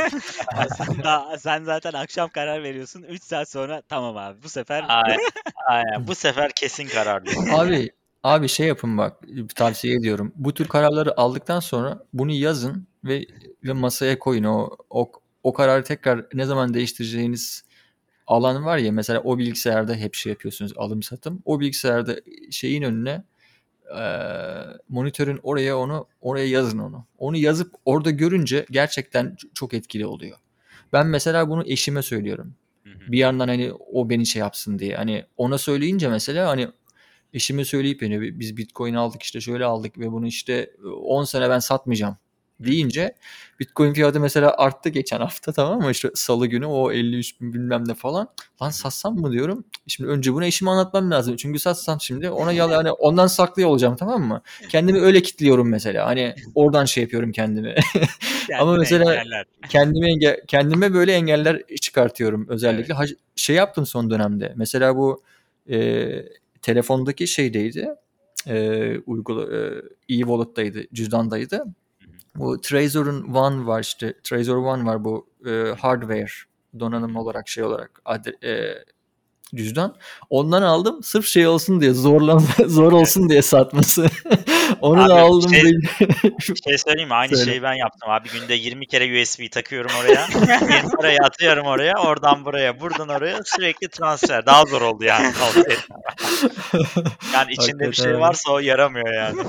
S2: Aslında sen zaten akşam karar veriyorsun. üç saat sonra tamam abi bu sefer
S1: Aynen, aynen. Bu sefer kesin kararlıyım.
S3: Abi abi şey yapın bak tavsiye ediyorum. Bu tür kararları aldıktan sonra bunu yazın ve, ve masaya koyun. O, o o kararı tekrar ne zaman değiştireceğiniz alan var ya mesela o bilgisayarda hep şey yapıyorsunuz alım satım. O bilgisayarda şeyin önüne e, monitörün oraya onu oraya yazın onu. Onu yazıp orada görünce gerçekten çok etkili oluyor. Ben mesela bunu eşime söylüyorum.
S2: Hı hı.
S3: Bir yandan hani o beni şey yapsın diye. Hani ona söyleyince mesela hani eşime söyleyip yani biz Bitcoin aldık işte şöyle aldık ve bunu işte on sene ben satmayacağım deyince Bitcoin fiyatı mesela arttı geçen hafta tamam mı? İşte salı günü o elli üç bin bilmem ne falan. Lan satsam mı diyorum. Şimdi önce bunu eşime anlatmam lazım. Çünkü satsam şimdi ona yalan hani ondan saklıyor olacağım tamam mı? Kendimi öyle kilitliyorum mesela. Hani oradan şey yapıyorum kendimi. Ama
S2: Kendine
S3: mesela
S2: engeller.
S3: kendime enge- kendime böyle engeller çıkartıyorum özellikle.
S2: Evet.
S3: Ha- şey yaptım son dönemde. Mesela bu e, telefondaki şeydeydi. E, uygula e, e-wallet'taydı, cüzdandaydı.
S2: Hı hı.
S3: Bu Trezor'un One var işte. Trezor One var bu e, hardware donanım
S2: Hı hı.
S3: olarak şey olarak ad- e, cüzdan. Ondan aldım sırf şey olsun diye zorlan zor
S2: Evet.
S3: olsun diye satması. Onu da
S1: Abi
S3: aldım.
S1: şey,
S3: böyle-
S1: şey söyleyeyim mi? Aynı
S3: Söyle.
S1: şeyi ben yaptım abi. Günde yirmi kere U S B takıyorum oraya. Yeni parayı atıyorum oraya. Oradan buraya, buradan oraya. Sürekli transfer. Daha zor oldu yani. Tavsiye ederim. Yani içinde bir şey
S3: Hakikaten.
S1: varsa o yaramıyor yani.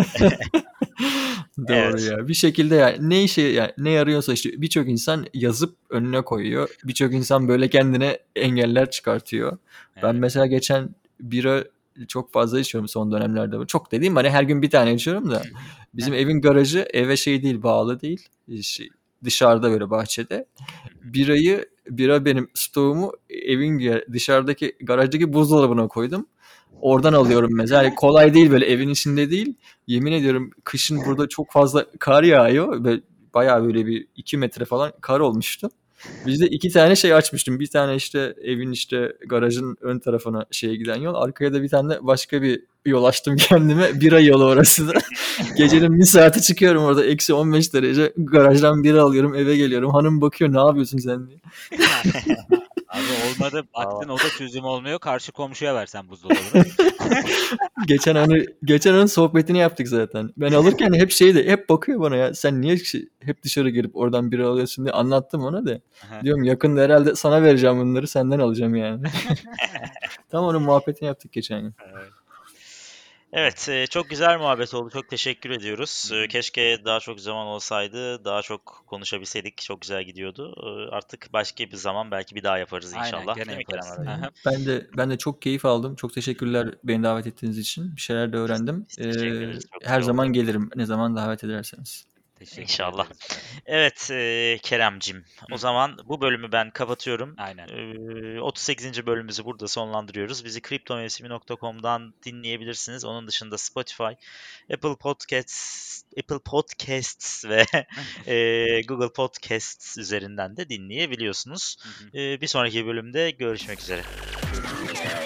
S3: Doğru
S1: Evet.
S3: ya. Bir şekilde yani ne işe yani ne yarıyorsa işte birçok insan yazıp önüne koyuyor. Birçok insan böyle kendine engeller çıkartıyor. Ben
S2: Evet.
S3: mesela geçen bira çok fazla içiyorum son dönemlerde. Çok dediğim hani her gün bir tane içiyorum da
S2: Hı hı.
S3: bizim evin garajı eve şey değil bağlı değil. Şey, dışarıda böyle bahçede. Birayı bira benim stoğumu evin ge- dışarıdaki garajdaki buzdolabına koydum. Oradan alıyorum mesela. Hani kolay değil böyle evin içinde değil. Yemin ediyorum kışın burada çok fazla kar yağıyor. Ve bayağı böyle bir iki metre falan kar olmuştu. Biz de iki tane şey açmıştım. Bir tane işte evin işte garajın ön tarafına şeye giden yol. Arkaya da bir tane de başka bir yol açtım kendime. Bira yolu orası da. Gecenin bir saati çıkıyorum orada. Eksi on beş derece. Garajdan bira alıyorum eve geliyorum. Hanım bakıyor ne yapıyorsun sen diye.
S2: Abi olmadı
S1: Valla.
S2: baktın o da çözüm olmuyor. Karşı komşuya versen buzdolabını.
S3: Geçen onu geçen onun sohbetini yaptık zaten. Ben alırken hep şeydi, hep bakıyor bana ya. Sen niye şey- hep dışarı gelip oradan bira alıyorsun diye anlattım ona da.
S2: Aha.
S3: Diyorum yakında herhalde sana vereceğim bunları, senden alacağım yani. Tam onun muhabbetini yaptık geçen gün.
S1: Evet. Evet, e, çok güzel muhabbet oldu. Çok teşekkür ediyoruz.
S2: Hı
S1: E,
S2: hı.
S1: Keşke daha çok zaman olsaydı, daha çok konuşabilseydik. Çok güzel gidiyordu. E, Artık başka bir zaman belki bir daha yaparız
S2: Aynen
S1: inşallah.
S2: gene
S1: Değil mi Kerem
S2: yaparız.
S1: abi?
S2: Aha.
S3: Ben de ben de çok keyif aldım. Çok teşekkürler beni davet ettiğiniz için. Bir şeyler de
S1: Biz,
S3: öğrendim.
S1: biz
S3: Ee,
S1: teşekkür ederiz. Çok
S3: her
S1: güzel oldu.
S3: zaman gelirim. Ne zaman davet ederseniz.
S2: Teşekkür
S1: İnşallah.
S2: ederiz.
S1: Evet e, Keremcim. O
S2: Hı.
S1: zaman bu bölümü ben kapatıyorum.
S2: Aynen.
S1: Ee, otuz sekizinci bölümümüzü burada sonlandırıyoruz. Bizi kriptomevsimi nokta com'dan dinleyebilirsiniz. Onun dışında Spotify, Apple Podcasts, Apple Podcasts ve e, Google Podcasts üzerinden de dinleyebiliyorsunuz.
S2: Hı hı.
S1: Ee, bir sonraki bölümde görüşmek üzere.
S2: Görüşmek üzere.